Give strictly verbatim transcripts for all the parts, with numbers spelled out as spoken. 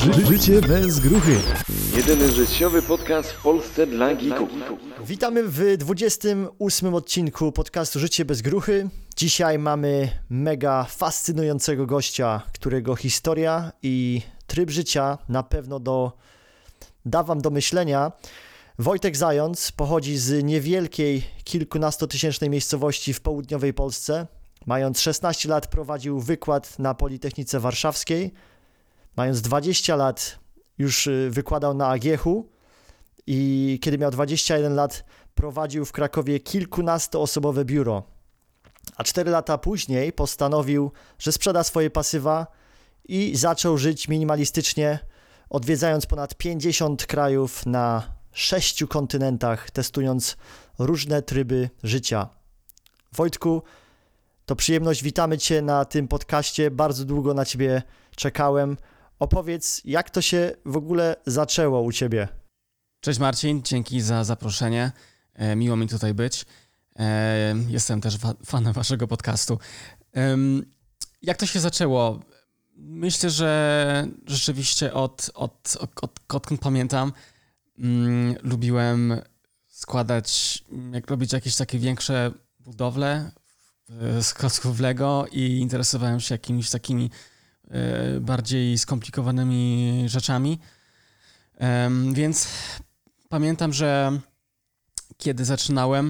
Życie bez gruchy. Jedyny życiowy podcast w Polsce dla geeków. Witamy w dwudziestym ósmym odcinku podcastu Życie bez gruchy. Dzisiaj mamy mega fascynującego gościa, którego historia i tryb życia na pewno do, da wam do myślenia. Wojtek Zając pochodzi z niewielkiej, kilkunastotysięcznej miejscowości w południowej Polsce. Mając szesnaście lat prowadził wykład na Politechnice Warszawskiej. Mając dwadzieścia lat już wykładał na A G H u i kiedy miał dwadzieścia jeden lat prowadził w Krakowie kilkunastoosobowe biuro. A cztery lata później postanowił, że sprzeda swoje pasywa i zaczął żyć minimalistycznie, odwiedzając ponad pięćdziesiąt krajów na sześciu kontynentach, testując różne tryby życia. Wojtku, to przyjemność, witamy Cię na tym podcaście, bardzo długo na Ciebie czekałem. Opowiedz, jak to się w ogóle zaczęło u Ciebie? Cześć Marcin, dzięki za zaproszenie, e, miło mi tutaj być. E, jestem też fa- fanem waszego podcastu. E, jak to się zaczęło? Myślę, że rzeczywiście od, od, od, od odkąd pamiętam, mm, lubiłem składać, jak robić jakieś takie większe budowle z klocków Lego i interesowałem się jakimiś takimi e, bardziej skomplikowanymi rzeczami. E, więc pamiętam, że kiedy zaczynałem,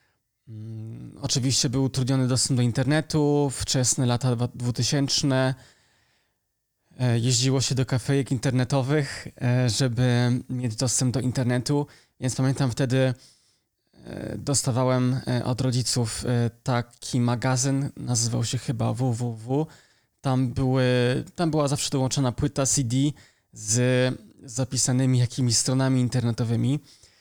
um, oczywiście był utrudniony dostęp do internetu, wczesne lata dwutysięczne. E, jeździło się do kafejek internetowych, e, żeby mieć dostęp do internetu, więc pamiętam wtedy e, dostawałem e, od rodziców e, taki magazyn, nazywał się chyba W W W. Tam, były, tam była zawsze dołączona płyta C D z zapisanymi jakimiś stronami internetowymi.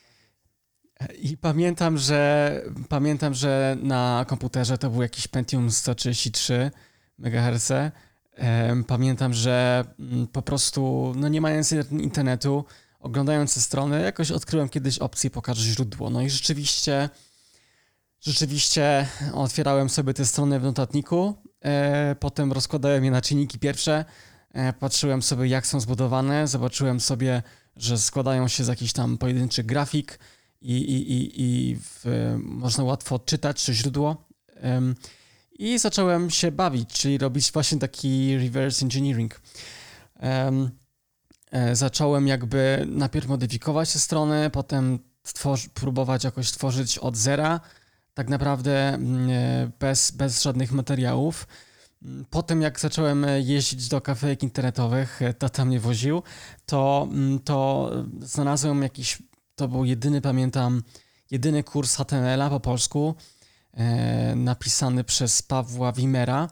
I pamiętam, że pamiętam, że na komputerze to był jakiś Pentium sto trzydzieści trzy megaherce. Pamiętam, że po prostu, no nie mając internetu, oglądając te strony, jakoś odkryłem kiedyś opcję pokaż źródło. No i rzeczywiście, rzeczywiście otwierałem sobie te strony w notatniku, potem rozkładałem je na czynniki pierwsze, patrzyłem sobie, jak są zbudowane, zobaczyłem sobie, że składają się z jakichś tam pojedynczych grafik i, i, i, i w, można łatwo odczytać czy źródło. Um, I zacząłem się bawić, czyli robić właśnie taki reverse engineering. Um, e, zacząłem jakby najpierw modyfikować te strony, potem tworzy, próbować jakoś tworzyć od zera, tak naprawdę e, bez, bez żadnych materiałów. Potem jak zacząłem jeździć do kafejek internetowych, tata mnie woził, to, to znalazłem jakiś, to był jedyny, pamiętam, jedyny kurs H T M L a po polsku, e, napisany przez Pawła Wimera.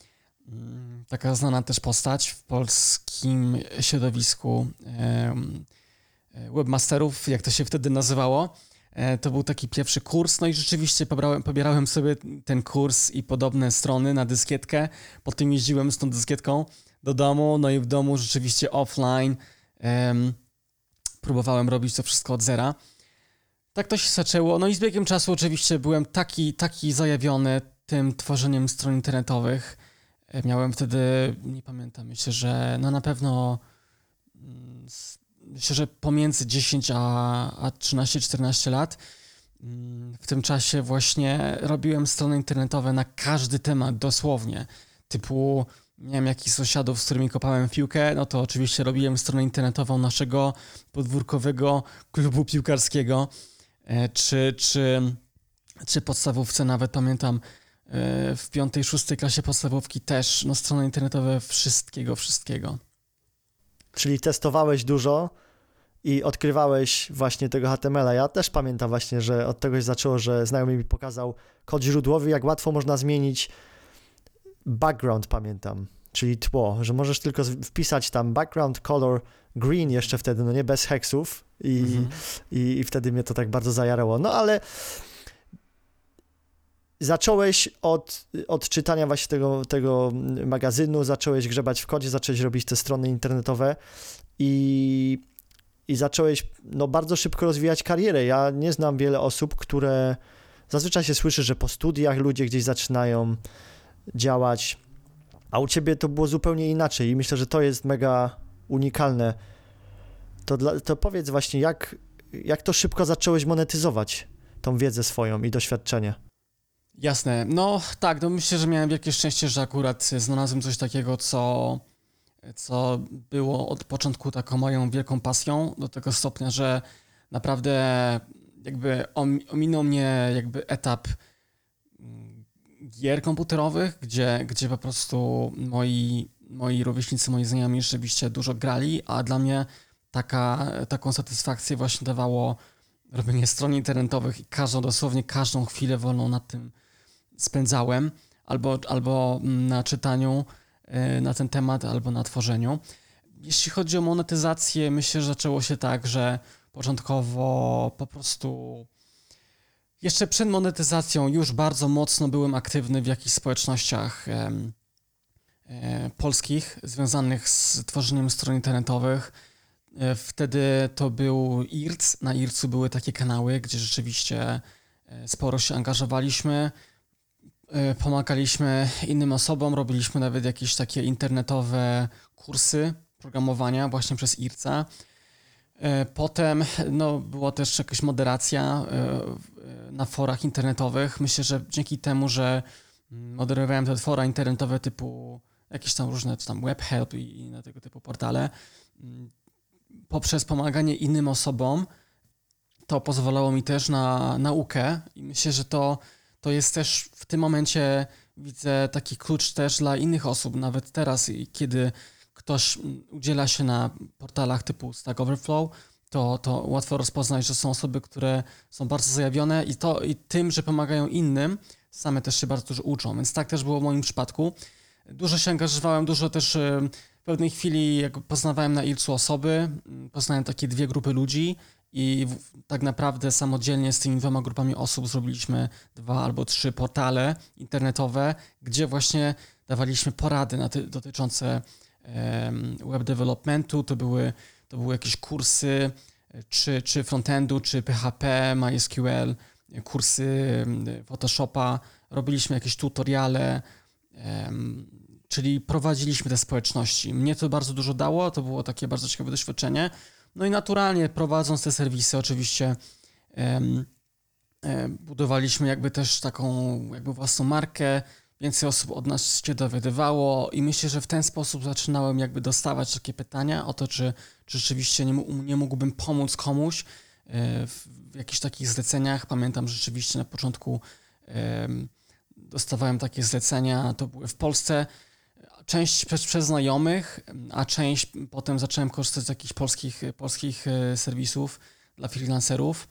Taka znana też postać w polskim środowisku e, webmasterów, jak to się wtedy nazywało. To był taki pierwszy kurs, no i rzeczywiście pobrałem, pobierałem sobie ten kurs i podobne strony na dyskietkę. Potem jeździłem z tą dyskietką do domu, no i w domu rzeczywiście offline um, próbowałem robić to wszystko od zera. Tak to się zaczęło, no i z biegiem czasu oczywiście byłem taki, taki zajawiony tym tworzeniem stron internetowych. Miałem wtedy, nie pamiętam, myślę, że no na pewno... Myślę, że pomiędzy dziesięć a trzynaście czternaście lat. W tym czasie właśnie robiłem strony internetowe na każdy temat dosłownie. Typu miałem jakichś sąsiadów, z którymi kopałem w piłkę, no to oczywiście robiłem stronę internetową naszego podwórkowego klubu piłkarskiego. Czy, czy, czy podstawówce nawet pamiętam w piątej, szóstej klasie podstawówki też, no strony internetowe wszystkiego, wszystkiego. Czyli testowałeś dużo i odkrywałeś właśnie tego H T M L a. Ja też pamiętam właśnie, że od tego się zaczęło, że znajomy mi pokazał kod źródłowy, jak łatwo można zmienić background, pamiętam, czyli tło, że możesz tylko wpisać tam background color green jeszcze wtedy, no nie, bez heksów i, mhm. i, i wtedy mnie to tak bardzo zajarało. No ale zacząłeś od, od czytania właśnie tego, tego magazynu, zacząłeś grzebać w kodzie, zacząłeś robić te strony internetowe i, i zacząłeś no, bardzo szybko rozwijać karierę. Ja nie znam wiele osób, które zazwyczaj się słyszy, że po studiach ludzie gdzieś zaczynają działać, a u ciebie to było zupełnie inaczej i myślę, że to jest mega unikalne. To, dla, to powiedz właśnie, jak, jak to szybko zacząłeś monetyzować tą wiedzę swoją i doświadczenie? Jasne. No tak, no myślę, że miałem wielkie szczęście, że akurat znalazłem coś takiego, co, co było od początku taką moją wielką pasją, do tego stopnia, że naprawdę jakby om- ominął mnie jakby etap gier komputerowych, gdzie, gdzie po prostu moi, moi rówieśnicy, moi znajomi rzeczywiście dużo grali, a dla mnie taka, taką satysfakcję właśnie dawało robienie stron internetowych i każdą, dosłownie każdą chwilę wolną nad tym spędzałem, albo, albo na czytaniu na ten temat, albo na tworzeniu. Jeśli chodzi o monetyzację, myślę, że zaczęło się tak, że początkowo po prostu jeszcze przed monetyzacją już bardzo mocno byłem aktywny w jakichś społecznościach e, e, polskich związanych z tworzeniem stron internetowych. E, wtedy to był I R C. Na I R C-u były takie kanały, gdzie rzeczywiście e, sporo się angażowaliśmy. E, pomagaliśmy innym osobom, robiliśmy nawet jakieś takie internetowe kursy programowania właśnie przez I R C-a. Potem no, była też jakaś moderacja na forach internetowych. Myślę, że dzięki temu, że moderowałem te fora internetowe typu jakieś tam różne, czy tam WebHelp i inne tego typu portale, poprzez pomaganie innym osobom, to pozwalało mi też na naukę i myślę, że to, to jest też w tym momencie, widzę taki klucz też dla innych osób, nawet teraz, kiedy ktoś udziela się na portalach typu Stack Overflow, to, to łatwo rozpoznać, że są osoby, które są bardzo zajawione i, to, i tym, że pomagają innym, same też się bardzo dużo uczą, więc tak też było w moim przypadku. Dużo się angażowałem, dużo też w pewnej chwili jak poznawałem na I R C-u osoby, poznałem takie dwie grupy ludzi i w, tak naprawdę samodzielnie z tymi dwoma grupami osób zrobiliśmy dwa albo trzy portale internetowe, gdzie właśnie dawaliśmy porady na ty, dotyczące web developmentu, to były, to były jakieś kursy czy, czy frontendu, czy P H P, MySQL, kursy Photoshopa, robiliśmy jakieś tutoriale, um, czyli prowadziliśmy te społeczności. Mnie to bardzo dużo dało, to było takie bardzo ciekawe doświadczenie. No i naturalnie prowadząc te serwisy oczywiście um, um, budowaliśmy jakby też taką jakby własną markę, więcej osób od nas się dowiadywało i myślę, że w ten sposób zaczynałem jakby dostawać takie pytania o to, czy, czy rzeczywiście nie, nie mógłbym pomóc komuś w, w jakichś takich zleceniach. Pamiętam, że rzeczywiście na początku um, dostawałem takie zlecenia, to były w Polsce, część przez, przez znajomych, a część potem zacząłem korzystać z jakichś polskich, polskich serwisów dla freelancerów.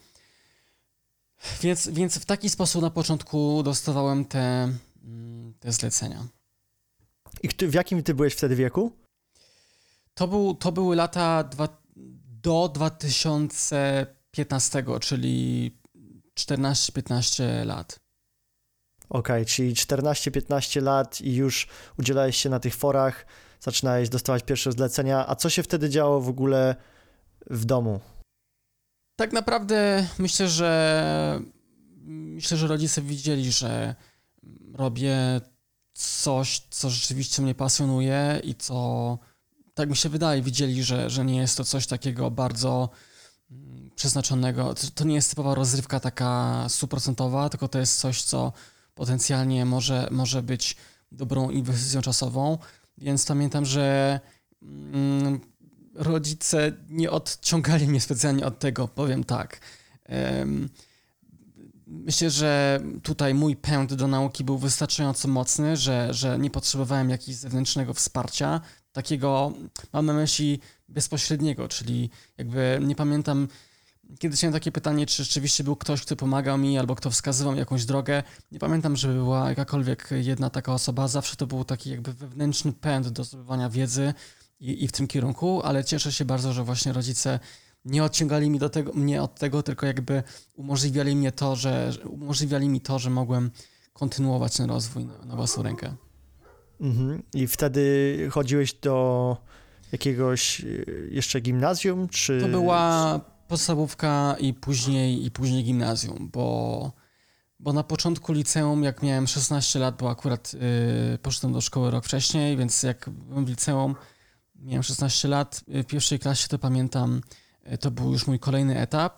Więc, więc w taki sposób na początku dostawałem te te zlecenia. I w jakim ty byłeś wtedy wieku? To, był, to były lata dwa, do dwa tysiące piętnastego, czyli czternaście piętnaście lat. Okej, okay, czyli czternaście piętnaście lat i już udzielałeś się na tych forach, zaczynałeś dostawać pierwsze zlecenia, a co się wtedy działo w ogóle w domu? Tak naprawdę myślę, że myślę, że rodzice widzieli, że robię coś, co rzeczywiście mnie pasjonuje i co, tak mi się wydaje, widzieli, że, że nie jest to coś takiego bardzo przeznaczonego, to nie jest typowa rozrywka taka stuprocentowa, tylko to jest coś, co potencjalnie może, może być dobrą inwestycją czasową, więc pamiętam, że mm, rodzice nie odciągali mnie specjalnie od tego, powiem tak. Um, Myślę, że tutaj mój pęd do nauki był wystarczająco mocny, że, że nie potrzebowałem jakiegoś zewnętrznego wsparcia, takiego, mam na myśli bezpośredniego, czyli jakby nie pamiętam, kiedyś miałem takie pytanie, czy rzeczywiście był ktoś, kto pomagał mi albo kto wskazywał mi jakąś drogę. Nie pamiętam, żeby była jakakolwiek jedna taka osoba, zawsze to był taki jakby wewnętrzny pęd do zdobywania wiedzy i, i w tym kierunku, ale cieszę się bardzo, że właśnie rodzice nie odciągali mi do tego, mnie od tego, tylko jakby umożliwiali mnie to, że umożliwiali mi to, że mogłem kontynuować ten rozwój na, na własną rękę. Mhm. I wtedy chodziłeś do jakiegoś jeszcze gimnazjum, czy... To była podstawówka i później, i później gimnazjum, bo, bo na początku liceum, jak miałem szesnaście lat, bo akurat yy, poszedłem do szkoły rok wcześniej, więc jak byłem w liceum, miałem szesnaście lat, w pierwszej klasie to pamiętam, to był już mój kolejny etap,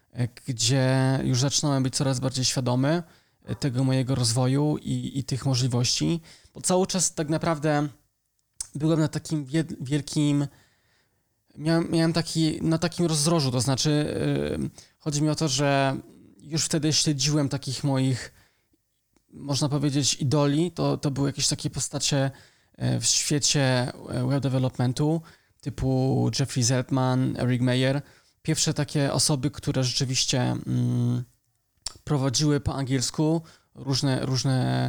gdzie już zaczynałem być coraz bardziej świadomy tego mojego rozwoju i, i tych możliwości, bo cały czas tak naprawdę byłem na takim wielkim, miałem, miałem taki, na takim rozdrożu, to znaczy yy, chodzi mi o to, że już wtedy śledziłem takich moich, można powiedzieć, idoli, to, to były jakieś takie postacie w świecie web developmentu, typu Jeffrey Zeltman, Eric Meyer, pierwsze takie osoby, które rzeczywiście mm, prowadziły po angielsku różne, różne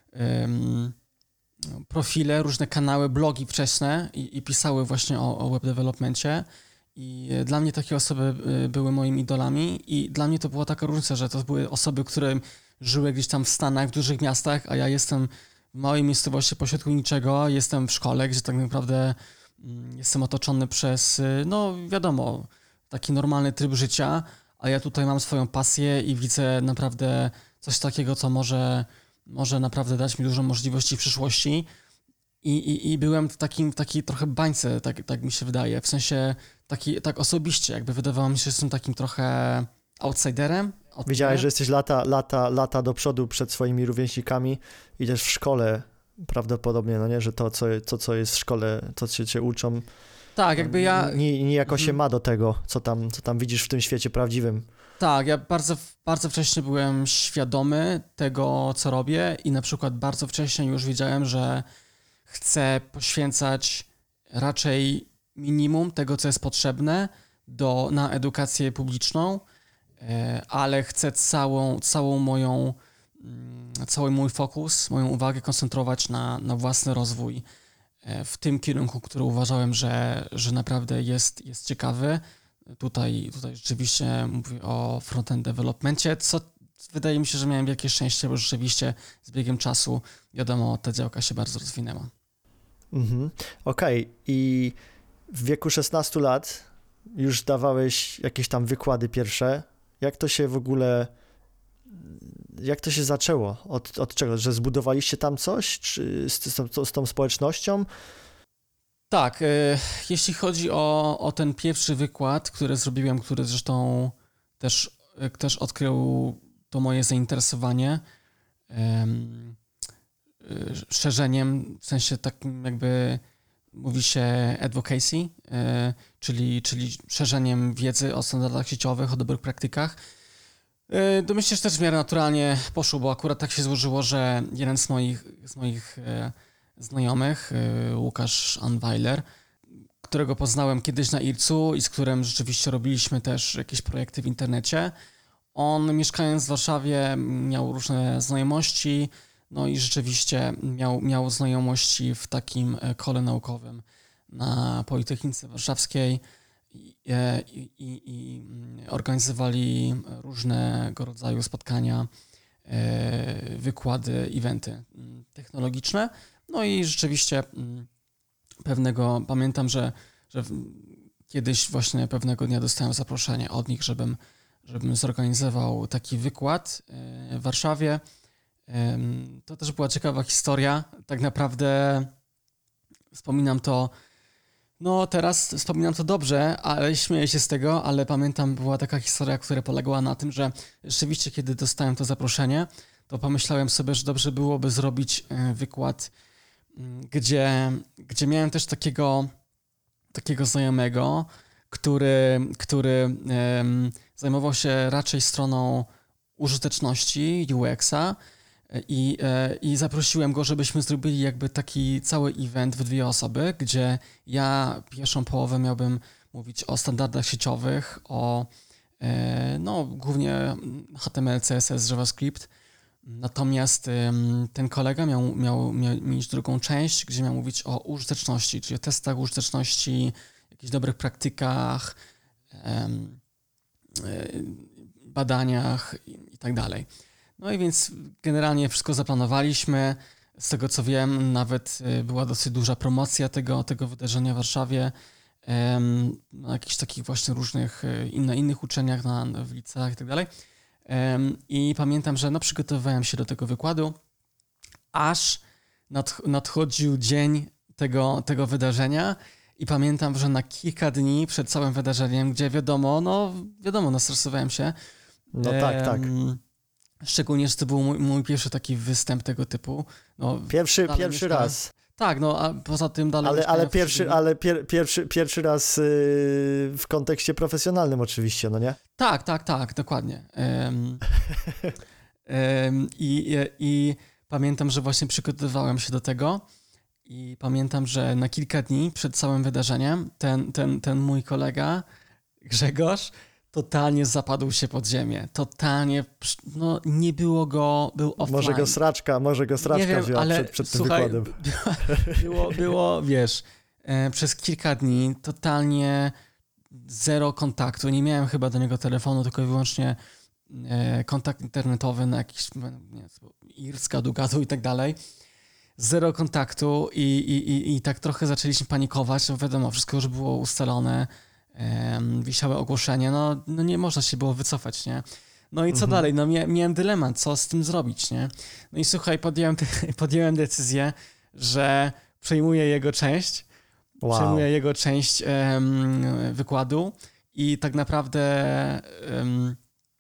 um, profile, różne kanały, blogi wczesne i, i pisały właśnie o, o web developmencie. I dla mnie takie osoby były moimi idolami i dla mnie to była taka różnica, że to były osoby, które żyły gdzieś tam w Stanach, w dużych miastach, a ja jestem w małej miejscowości pośrodku niczego, jestem w szkole, gdzie tak naprawdę jestem otoczony przez, no wiadomo, taki normalny tryb życia, a ja tutaj mam swoją pasję i widzę naprawdę coś takiego, co może, może naprawdę dać mi dużo możliwości w przyszłości. I, i, i byłem w takim, w takiej trochę bańce, tak, tak mi się wydaje, w sensie taki, tak osobiście, jakby wydawało mi się, że jestem takim trochę outsiderem. Wiedziałeś, że jesteś lata, lata, lata do przodu przed swoimi rówieśnikami i też w szkole prawdopodobnie, no nie, że to, co, to, co jest w szkole, to się cię uczą, tak, jakby ja... Nie, niejako mhm. się ma do tego, co tam, co tam widzisz w tym świecie prawdziwym. Tak, ja bardzo, bardzo wcześnie byłem świadomy tego, co robię i na przykład bardzo wcześnie już wiedziałem, że chcę poświęcać raczej minimum tego, co jest potrzebne do, na edukację publiczną, ale chcę całą, całą moją, cały mój fokus, moją uwagę koncentrować na, na własny rozwój w tym kierunku, który uważałem, że, że naprawdę jest, jest ciekawy. Tutaj, tutaj rzeczywiście mówię o front-end developmencie, co wydaje mi się, że miałem wielkie szczęście, bo rzeczywiście z biegiem czasu, wiadomo, ta działka się bardzo rozwinęła. Mhm. Okej, okay. I w wieku szesnastu lat już dawałeś jakieś tam wykłady pierwsze. Jak to się w ogóle, jak to się zaczęło? Od, od czego? Że zbudowaliście tam coś? Czy z, z, z tą społecznością? Tak, y, jeśli chodzi o, o ten pierwszy wykład, który zrobiłem, który zresztą też, y, też odkrył to moje zainteresowanie y, y, szerzeniem, w sensie takim jakby mówi się advocacy, y, czyli, czyli szerzeniem wiedzy o standardach sieciowych, o dobrych praktykach. Y, to myślę, że też w miarę naturalnie poszło, bo akurat tak się złożyło, że jeden z moich, z moich y, znajomych, Łukasz Anweiler, którego poznałem kiedyś na IRC-u i z którym rzeczywiście robiliśmy też jakieś projekty w internecie. On, mieszkając w Warszawie, miał różne znajomości, no i rzeczywiście miał, miał znajomości w takim kole naukowym na Politechnice Warszawskiej i, i, i, i organizowali różnego rodzaju spotkania, wykłady, eventy technologiczne. No i rzeczywiście pewnego, pamiętam, że, że kiedyś właśnie pewnego dnia dostałem zaproszenie od nich, żebym, żebym zorganizował taki wykład w Warszawie. To też była ciekawa historia. Tak naprawdę wspominam to, no teraz wspominam to dobrze, ale śmieję się z tego, ale pamiętam, była taka historia, która polegała na tym, że rzeczywiście kiedy dostałem to zaproszenie, to pomyślałem sobie, że dobrze byłoby zrobić wykład, gdzie, gdzie miałem też takiego, takiego znajomego, który, który um, zajmował się raczej stroną użyteczności U X-a i, e, i zaprosiłem go, żebyśmy zrobili jakby taki cały event w dwie osoby, gdzie ja pierwszą połowę miałbym mówić o standardach sieciowych, o e, no głównie H T M L, C S S, JavaScript. Natomiast ym, ten kolega miał, miał, miał mieć drugą część, gdzie miał mówić o użyteczności, czyli o testach użyteczności, jakichś dobrych praktykach, ym, y, badaniach i, i tak dalej. No i więc generalnie wszystko zaplanowaliśmy. Z tego co wiem, nawet y, była dosyć duża promocja tego, tego wydarzenia w Warszawie, ym, na jakichś takich właśnie różnych, y, na innych uczelniach, na, w liceach i tak dalej. I pamiętam, że no, przygotowywałem się do tego wykładu, aż nadch- nadchodził dzień tego, tego wydarzenia I pamiętam, że na kilka dni przed całym wydarzeniem, gdzie wiadomo, no wiadomo, no stresowałem się. No tak, tak. Szczególnie, że to był mój, mój pierwszy taki występ tego typu. No, Pierwszy, pierwszy mieszkałem... raz. Tak, no a poza tym dalej... Ale, ale, w pierwszy, ale pier, pierwszy, pierwszy raz yy, w kontekście profesjonalnym oczywiście, no nie? Tak, tak, tak, dokładnie. Um, um, i, i, I pamiętam, że właśnie przygotowywałem się do tego i pamiętam, że na kilka dni przed całym wydarzeniem ten, ten, ten mój kolega Grzegorz totalnie zapadł się pod ziemię. Totalnie, no nie było go, był offline. Może go sraczka, może go sraczka wiem, wzięła ale przed, przed tym słuchaj, wykładem. Było, było wiesz, e, przez kilka dni totalnie zero kontaktu. Nie miałem chyba do niego telefonu, tylko wyłącznie e, kontakt internetowy na jakiś, nie, Irs, gadu, gadu i tak dalej. Zero kontaktu i, i, i, i tak trochę zaczęliśmy panikować. No wiadomo, wszystko już było ustalone. Um, wisiały ogłoszenie, no, no nie można się było wycofać, nie? No i co mhm. dalej? No mia- miałem dylemat, co z tym zrobić, nie? No i słuchaj, podjąłem, te- podjąłem decyzję, że przejmuję jego część, wow. przejmuję jego część um, wykładu i tak naprawdę um,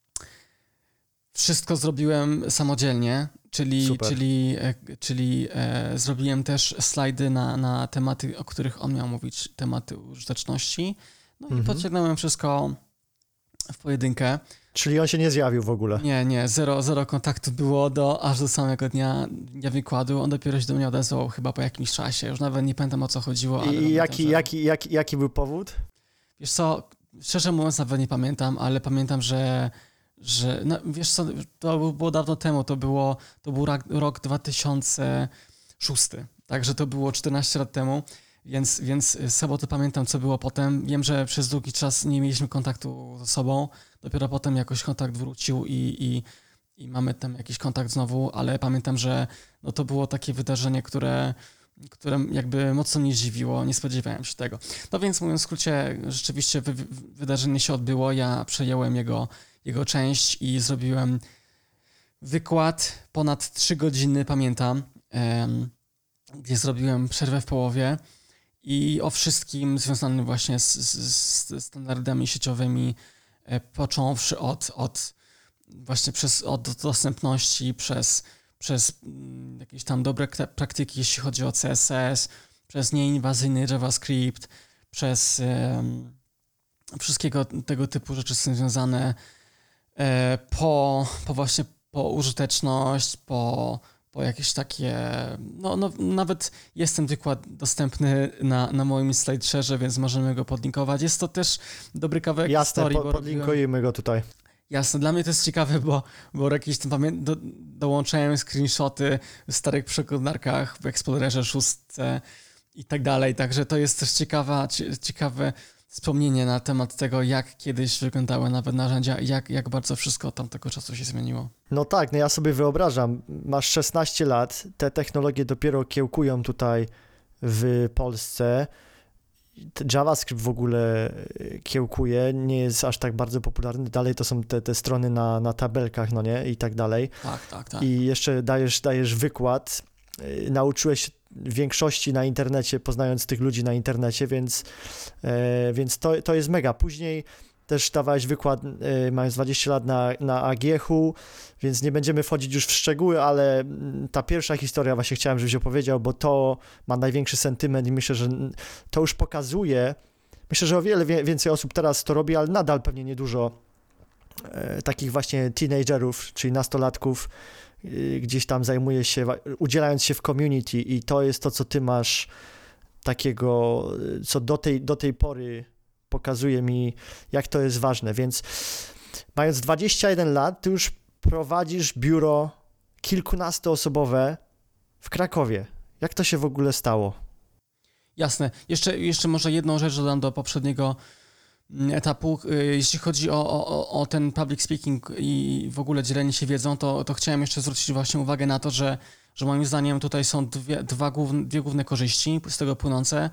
wszystko zrobiłem samodzielnie, czyli, czyli, e, czyli e, zrobiłem też slajdy na, na tematy, o których on miał mówić, tematy użyteczności. No mhm. i podciągnąłem wszystko w pojedynkę. Czyli on się nie zjawił w ogóle? Nie, nie, zero, zero kontaktu było do, aż do samego dnia, dnia wykładu. On dopiero się do mnie odezwał chyba po jakimś czasie. Już nawet nie pamiętam, o co chodziło. Ale I jaki, pamiętam, że... jaki, jaki, jaki był powód? Wiesz co, szczerze mówiąc nawet nie pamiętam, ale pamiętam, że, że no, wiesz co, to było dawno temu, to, było, to był rok, rok dwa tysiące szósty, także to było czternaście lat temu. Więc, więc z sobą pamiętam, co było potem. Wiem, że przez długi czas nie mieliśmy kontaktu ze sobą. Dopiero potem jakoś kontakt wrócił i, i, i mamy tam jakiś kontakt znowu, ale pamiętam, że no to było takie wydarzenie, które, które jakby mocno mnie zdziwiło. Nie spodziewałem się tego. No więc mówiąc w skrócie, rzeczywiście wy, wydarzenie się odbyło. Ja przejąłem jego, jego część i zrobiłem wykład ponad trzy godziny, pamiętam, em, gdzie zrobiłem przerwę w połowie. I o wszystkim związanym właśnie z, z, z standardami sieciowymi, e, począwszy od, od właśnie przez od dostępności, przez, przez m, jakieś tam dobre praktyki, jeśli chodzi o C S S, przez nieinwazyjny JavaScript, przez e, wszystkiego tego typu rzeczy z tym związane, e, po, po właśnie po użyteczność, po po jakieś takie, no, no nawet jest ten wykład dostępny na, na moim SlideShare'ze, więc możemy go podlinkować. Jest to też dobry kawałek Jasne, historii. po, bo podlinkujemy robiłem... go tutaj. Jasne, dla mnie to jest ciekawe, bo, bo jakieś tam pamię... do, dołączałem screenshoty w starych przeglądarkach, w Explorerze szóstce i tak dalej, także to jest też ciekawa, ciekawe wspomnienie na temat tego, jak kiedyś wyglądały nawet narzędzia i jak, jak bardzo wszystko od tamtego czasu się zmieniło. No tak, no ja sobie wyobrażam, masz szesnaście lat, te technologie dopiero kiełkują tutaj w Polsce, JavaScript w ogóle kiełkuje, nie jest aż tak bardzo popularny, dalej to są te, te strony na, na tabelkach, no nie, i tak dalej. Tak, tak, tak. I jeszcze dajesz, dajesz wykład, nauczyłeś w większości na internecie, poznając tych ludzi na internecie, więc, e, więc to, to jest mega. Później też dawałeś wykład, e, mając dwadzieścia lat na, na A G H u, więc nie będziemy wchodzić już w szczegóły, ale ta pierwsza historia właśnie chciałem, żebyś opowiedział, bo to ma największy sentyment i myślę, że to już pokazuje, myślę, że o wiele wie, więcej osób teraz to robi, ale nadal pewnie niedużo e, takich właśnie teenagerów, czyli nastolatków, gdzieś tam zajmuje się, udzielając się w community i to jest to, co ty masz takiego, co do tej, do tej pory pokazuje mi, jak to jest ważne, więc mając dwadzieścia jeden lat, ty już prowadzisz biuro kilkunastoosobowe w Krakowie. Jak to się w ogóle stało? Jasne. Jeszcze, jeszcze może jedną rzecz dodam do poprzedniego etapu. Jeśli chodzi o, o, o ten public speaking i w ogóle dzielenie się wiedzą, to, to chciałem jeszcze zwrócić właśnie uwagę na to, że, że moim zdaniem tutaj są dwie, dwa główne, dwie główne korzyści z tego płynące.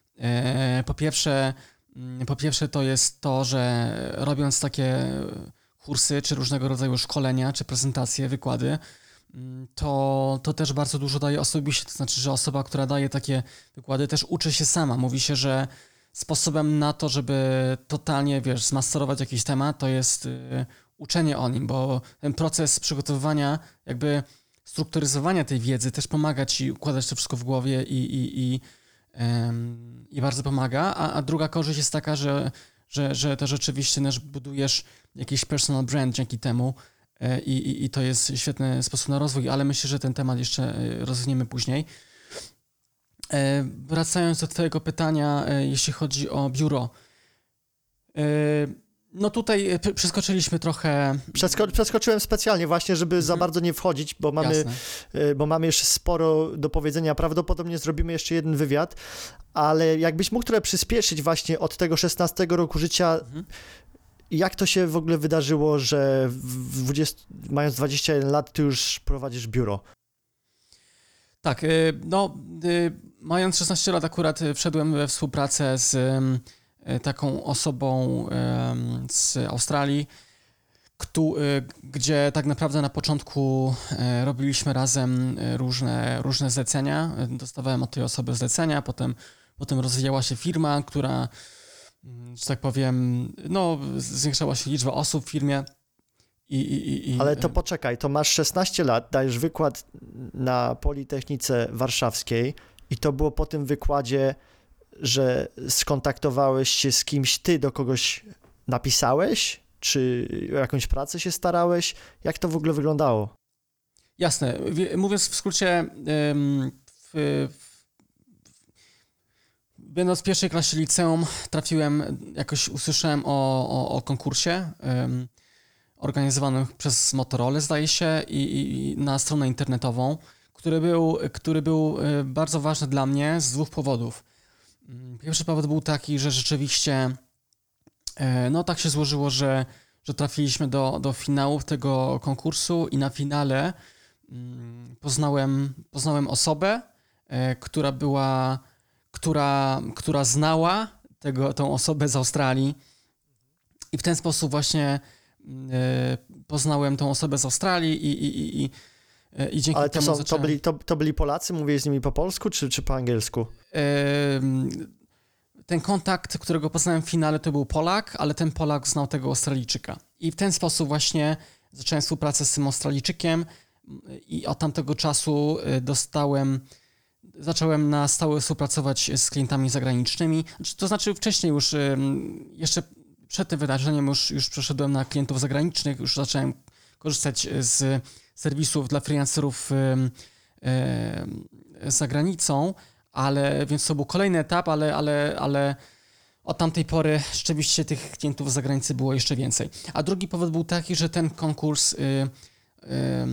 Po pierwsze, po pierwsze to jest to, że robiąc takie kursy, czy różnego rodzaju szkolenia, czy prezentacje, wykłady, to, to też bardzo dużo daje osobiście. To znaczy, że osoba, która daje takie wykłady, też uczy się sama. Mówi się, że sposobem na to, żeby totalnie, wiesz, zmasterować jakiś temat, to jest y, uczenie o nim, bo ten proces przygotowywania, jakby strukturyzowania tej wiedzy też pomaga ci układać to wszystko w głowie i, i, i, ym, i bardzo pomaga. A, a druga korzyść jest taka, że, że, że to rzeczywiście też budujesz jakiś personal brand dzięki temu y, i, i to jest świetny sposób na rozwój, ale myślę, że ten temat jeszcze rozwiniemy później. E, wracając do twojego pytania, e, jeśli chodzi o biuro. E, no tutaj e, p- przeskoczyliśmy trochę... Przesko- przeskoczyłem specjalnie właśnie, żeby za Mhm. bardzo nie wchodzić, bo mamy, Jasne. y, bo mamy jeszcze sporo do powiedzenia. Prawdopodobnie zrobimy jeszcze jeden wywiad, ale jakbyś mógł trochę przyspieszyć właśnie od tego szesnastego roku życia, Mhm. jak to się w ogóle wydarzyło, że w dwudziestu, mając dwadzieścia jeden lat, ty już prowadzisz biuro? Tak, y, no y, mając szesnaście lat akurat y, wszedłem we współpracę z y, taką osobą y, z Australii, któ- y, gdzie tak naprawdę na początku y, robiliśmy razem y, różne, różne zlecenia. Y, Dostawałem od tej osoby zlecenia, potem, potem rozwijała się firma, która, mm, że tak powiem, no zwiększała się liczba osób w firmie. I, i, i, Ale to poczekaj, to masz szesnaście lat, dajesz wykład na Politechnice Warszawskiej i to było po tym wykładzie, że skontaktowałeś się z kimś, ty do kogoś napisałeś, czy o jakąś pracę się starałeś? Jak to w ogóle wyglądało? Jasne. Wie- Mówiąc w skrócie, ym, w, w, będąc w pierwszej klasie liceum, trafiłem, jakoś usłyszałem o, o, o konkursie ym, organizowanym przez Motorola, zdaje się, i, i, i na stronę internetową, który był, który był y, bardzo ważny dla mnie z dwóch powodów. Ym, Pierwszy powód był taki, że rzeczywiście y, no tak się złożyło, że, że trafiliśmy do, do finałów tego konkursu i na finale mm, poznałem, poznałem osobę, e, która była, która, która znała tego, tą osobę z Australii i w ten sposób właśnie e, poznałem tą osobę z Australii i, i, i, i, e, i dzięki Ale to, temu są, to, zacząłem... byli, to, to byli Polacy? Mówiłeś z nimi po polsku czy, czy po angielsku? Em, Ten kontakt, którego poznałem w finale, to był Polak, ale ten Polak znał tego Australijczyka. I w ten sposób właśnie zacząłem współpracę z tym Australijczykiem i od tamtego czasu y, dostałem, zacząłem na stałe współpracować z klientami zagranicznymi. Znaczy, To znaczy wcześniej już, ym, jeszcze przed tym wydarzeniem już, już przeszedłem na klientów zagranicznych, już zacząłem korzystać z serwisów dla freelancerów ym, ym, za granicą, ale więc to był kolejny etap, ale, ale, ale od tamtej pory rzeczywiście tych klientów z zagranicy było jeszcze więcej. A drugi powód był taki, że ten konkurs y, y,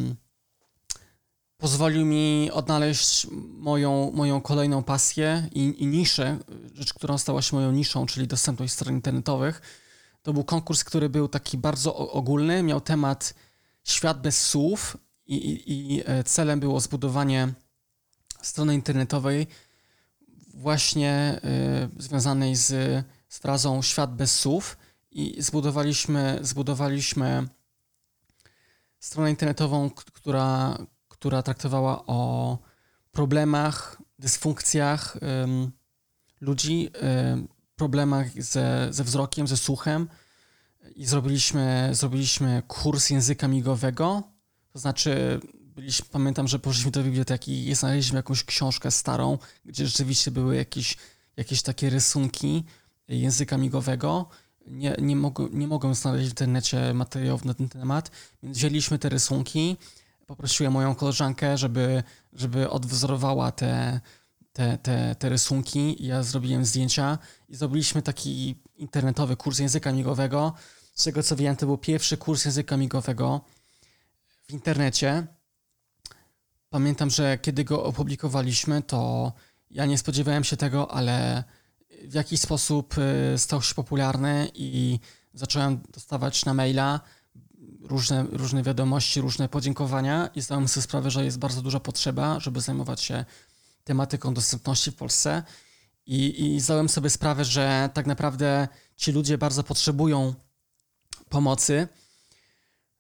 pozwolił mi odnaleźć moją, moją kolejną pasję i, i niszę, rzecz, która stała się moją niszą, czyli dostępność stron internetowych. To był konkurs, który był taki bardzo o- ogólny, miał temat świat bez słów i, i, i celem było zbudowanie strony internetowej właśnie y, związanej z, z frazą świat bez słów i zbudowaliśmy, zbudowaliśmy stronę internetową, k- która, która traktowała o problemach, dysfunkcjach ym, ludzi, ym, problemach ze, ze wzrokiem, ze słuchem i zrobiliśmy, zrobiliśmy kurs języka migowego, to znaczy byliśmy, pamiętam, że poszliśmy do biblioteki i znaleźliśmy jakąś książkę starą, gdzie rzeczywiście były jakieś, jakieś takie rysunki języka migowego. Nie, nie, mogę, nie mogłem znaleźć w internecie materiałów na ten temat, więc wzięliśmy te rysunki, poprosiłem moją koleżankę, żeby, żeby odwzorowała te, te, te, te rysunki. Ja zrobiłem zdjęcia i zrobiliśmy taki internetowy kurs języka migowego. Z tego co wiem, to był pierwszy kurs języka migowego w internecie. Pamiętam, że kiedy go opublikowaliśmy, to ja nie spodziewałem się tego, ale w jakiś sposób y, stał się popularny i zacząłem dostawać na maila różne, różne wiadomości, różne podziękowania i zdałem sobie sprawę, że jest bardzo duża potrzeba, żeby zajmować się tematyką dostępności w Polsce i, i zdałem sobie sprawę, że tak naprawdę ci ludzie bardzo potrzebują pomocy.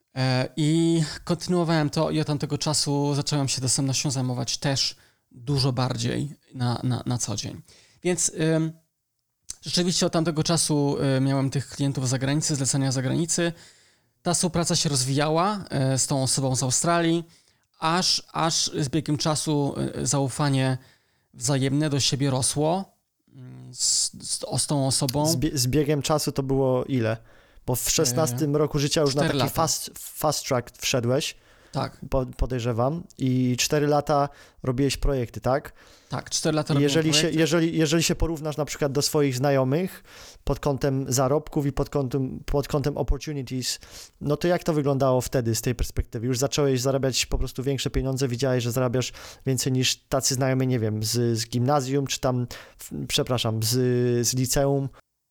E, I kontynuowałem to i od tamtego czasu zacząłem się dostępnością zajmować też dużo bardziej na, na, na co dzień. Więc y, rzeczywiście od tamtego czasu y, miałem tych klientów z zagranicy, zlecenia z zagranicy. Ta współpraca się rozwijała y, z tą osobą z Australii, aż, aż z biegiem czasu y, zaufanie wzajemne do siebie rosło y, z, z, z tą osobą. Z, bie- z biegiem czasu to było ile? Bo w szesnastym roku życia już na cztery taki lata. fast, fast track wszedłeś, Tak, po, podejrzewam, i cztery lata robiłeś projekty, tak? tak, cztery lata I robiłem jeżeli się, projekty. jeżeli, jeżeli się porównasz na przykład do swoich znajomych pod kątem zarobków i pod kątem, pod kątem opportunities, no to jak to wyglądało wtedy z tej perspektywy? Już zacząłeś zarabiać po prostu większe pieniądze, widziałeś, że zarabiasz więcej niż tacy znajomi, nie wiem, z, z gimnazjum, czy tam, w- przepraszam, z, z liceum?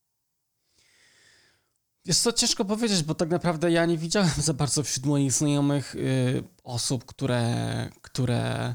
Jest to ciężko powiedzieć, bo tak naprawdę ja nie widziałem za bardzo wśród moich znajomych y, osób, które, które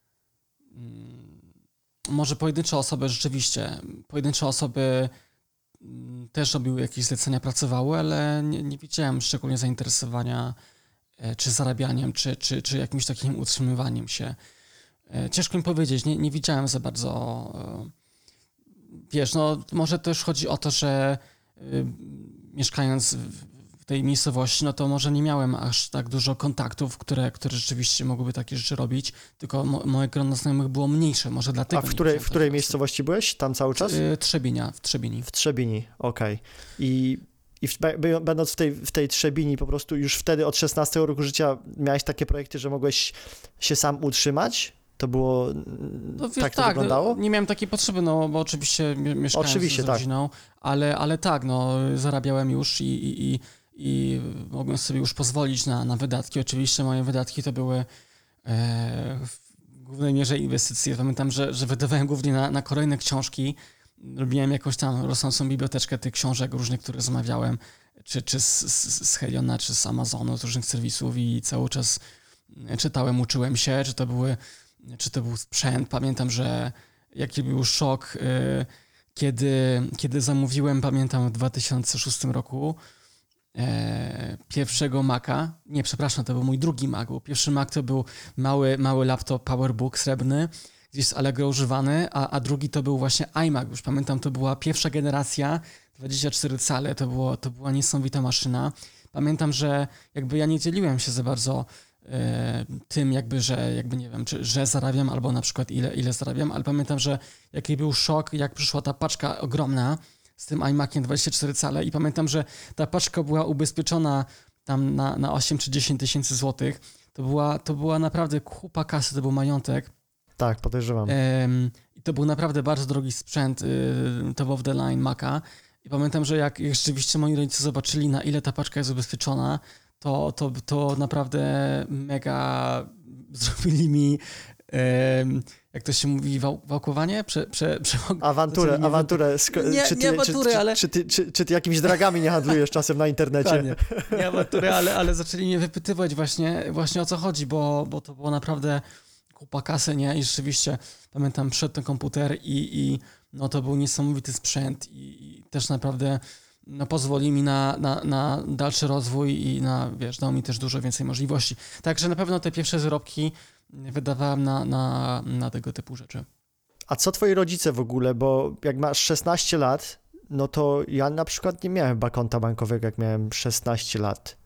mm, może pojedyncze osoby rzeczywiście, pojedyncze osoby mm, też robiły jakieś zlecenia, pracowały, ale nie, nie widziałem szczególnie zainteresowania e, czy zarabianiem, czy, czy, czy jakimś takim utrzymywaniem się. E, ciężko mi powiedzieć, nie, nie widziałem za bardzo, e, wiesz, no może też chodzi o to, że y, mieszkając w w tej miejscowości, no to może nie miałem aż tak dużo kontaktów, które, które rzeczywiście mogłyby takie rzeczy robić, tylko mo, moje grono znajomych było mniejsze, może dlatego. A w nie której, widziałem w której takich miejscowości byłeś? Tam cały osób. czas? Y, Trzebinia, w Trzebini. W Trzebini, okej. I, i w, b- będąc w tej, w tej Trzebini po prostu już wtedy od szesnastego roku życia miałeś takie projekty, że mogłeś się sam utrzymać? To było, No, wiesz, tak to tak, wyglądało? No, nie miałem takiej potrzeby, no bo oczywiście mie- mieszkałem Oczywiście, z tak. rodziną, ale, ale tak, no zarabiałem już i, i, i, i mogłem sobie już pozwolić na, na wydatki. Oczywiście moje wydatki to były e, w głównej mierze inwestycje. Pamiętam, że, że wydawałem głównie na, na kolejne książki. Robiłem jakąś tam rosnącą biblioteczkę tych książek różnych, które zamawiałem, czy, czy z, z, z Heliona, czy z Amazonu, z różnych serwisów i cały czas czytałem, uczyłem się, czy to były czy to był sprzęt. Pamiętam, że jaki był szok, y, kiedy, kiedy zamówiłem, pamiętam w dwa tysiące szóstym roku e, pierwszego Maca. Nie, przepraszam, to był mój drugi Mac. Był pierwszy Mac to był mały, mały laptop PowerBook srebrny, gdzieś z Allegro używany, a, a drugi to był właśnie iMac. Już pamiętam, to była pierwsza generacja, dwadzieścia cztery cale, to, było, to była niesamowita maszyna. Pamiętam, że jakby ja nie dzieliłem się za bardzo e, tym jakby, że jakby nie wiem, czy, że zarabiam albo na przykład ile, ile zarabiam, ale pamiętam, że jaki był szok, jak przyszła ta paczka ogromna z tym iMaciem dwadzieścia cztery cale i pamiętam, że ta paczka była ubezpieczona tam na, na osiem czy dziesięć tysięcy złotych. To była, to była naprawdę kupa kasy, to był majątek. Tak, podejrzewam. Em, I to był naprawdę bardzo drogi sprzęt, y, top of the line Maca. I pamiętam, że jak, jak rzeczywiście moi rodzice zobaczyli, na ile ta paczka jest ubezpieczona, to, to, to naprawdę mega zrobili mi, em, jak to się mówi, wał, wałkowanie? Prze, prze, prze, Awanturę, znaczy nie- awanturę. Sko- Nie- czy, nie ty, awanturę, czy, ale- czy, ty, czy, czy ty jakimiś dragami nie handlujesz czasem na internecie? Dokładnie. Nie awantury, ale, ale zaczęli mnie wypytywać właśnie, właśnie o co chodzi, bo, bo to było naprawdę kupa kasy, nie? I rzeczywiście pamiętam, wszedł ten komputer i, i no to był niesamowity sprzęt i, i też naprawdę no, pozwoli mi na, na, na dalszy rozwój i na, wiesz, dał mi też dużo więcej możliwości. Także na pewno te pierwsze zarobki wydawałem na, na, na tego typu rzeczy. A co twoi rodzice w ogóle? Bo jak masz szesnaście lat, no to ja na przykład nie miałem chyba konta bankowego, jak miałem szesnaście lat.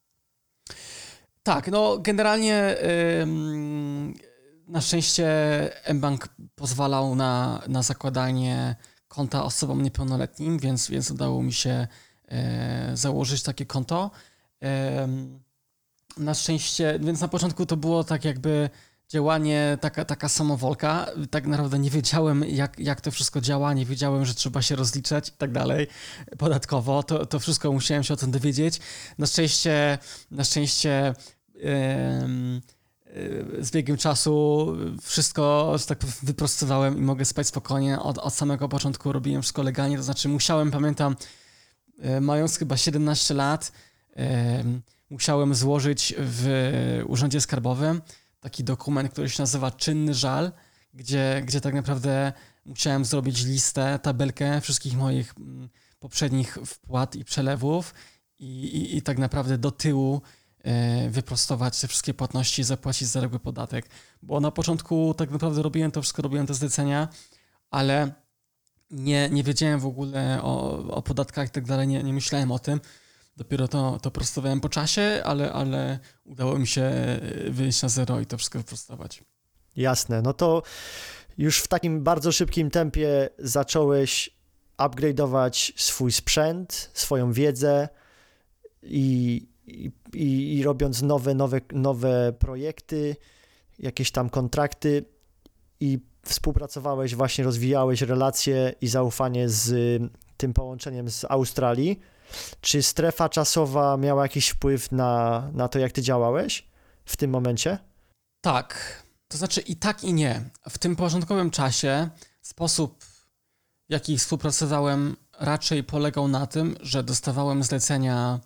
Tak, no generalnie ym, na szczęście mBank pozwalał na, na zakładanie konta osobom niepełnoletnim, więc, więc udało mi się e, założyć takie konto. Em, na szczęście, więc na początku to było tak jakby działanie, taka, taka samowolka. Tak naprawdę nie wiedziałem, jak, jak to wszystko działa, nie wiedziałem, że trzeba się rozliczać i tak dalej podatkowo. To, to wszystko musiałem się o tym dowiedzieć. Na szczęście, na szczęście em, z biegiem czasu wszystko, że tak powiem, wyprostowałem i mogę spać spokojnie. Od, od samego początku robiłem wszystko legalnie, to znaczy musiałem, pamiętam, e, mając chyba siedemnaście lat, e, musiałem złożyć w Urzędzie Skarbowym taki dokument, który się nazywa Czynny Żal, gdzie, gdzie tak naprawdę musiałem zrobić listę, tabelkę wszystkich moich mm, poprzednich wpłat i przelewów i, i, i tak naprawdę do tyłu e, wyprostować te wszystkie płatności, zapłacić zaległy podatek, bo na początku tak naprawdę robiłem to wszystko, robiłem te zlecenia, ale nie, nie wiedziałem w ogóle o, o podatkach i tak dalej, nie, nie myślałem o tym. Dopiero to, to prostowałem po czasie, ale, ale udało mi się wyjść na zero i to wszystko wyprostować. Jasne, no to już w takim bardzo szybkim tempie zacząłeś upgrade'ować swój sprzęt, swoją wiedzę i, i, i, i robiąc nowe, nowe, nowe projekty, jakieś tam kontrakty i współpracowałeś, właśnie rozwijałeś relacje i zaufanie z tym połączeniem z Australii. Czy strefa czasowa miała jakiś wpływ na, na to, jak ty działałeś w tym momencie? Tak, to znaczy i tak i nie. W tym początkowym czasie sposób, w jaki współpracowałem, raczej polegał na tym, że dostawałem zlecenia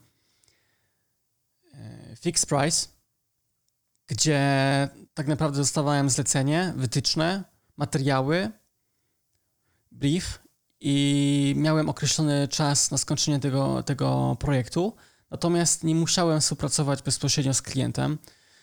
fixed price, gdzie tak naprawdę dostawałem zlecenie, wytyczne, materiały, brief i miałem określony czas na skończenie tego, tego projektu, natomiast nie musiałem współpracować bezpośrednio z klientem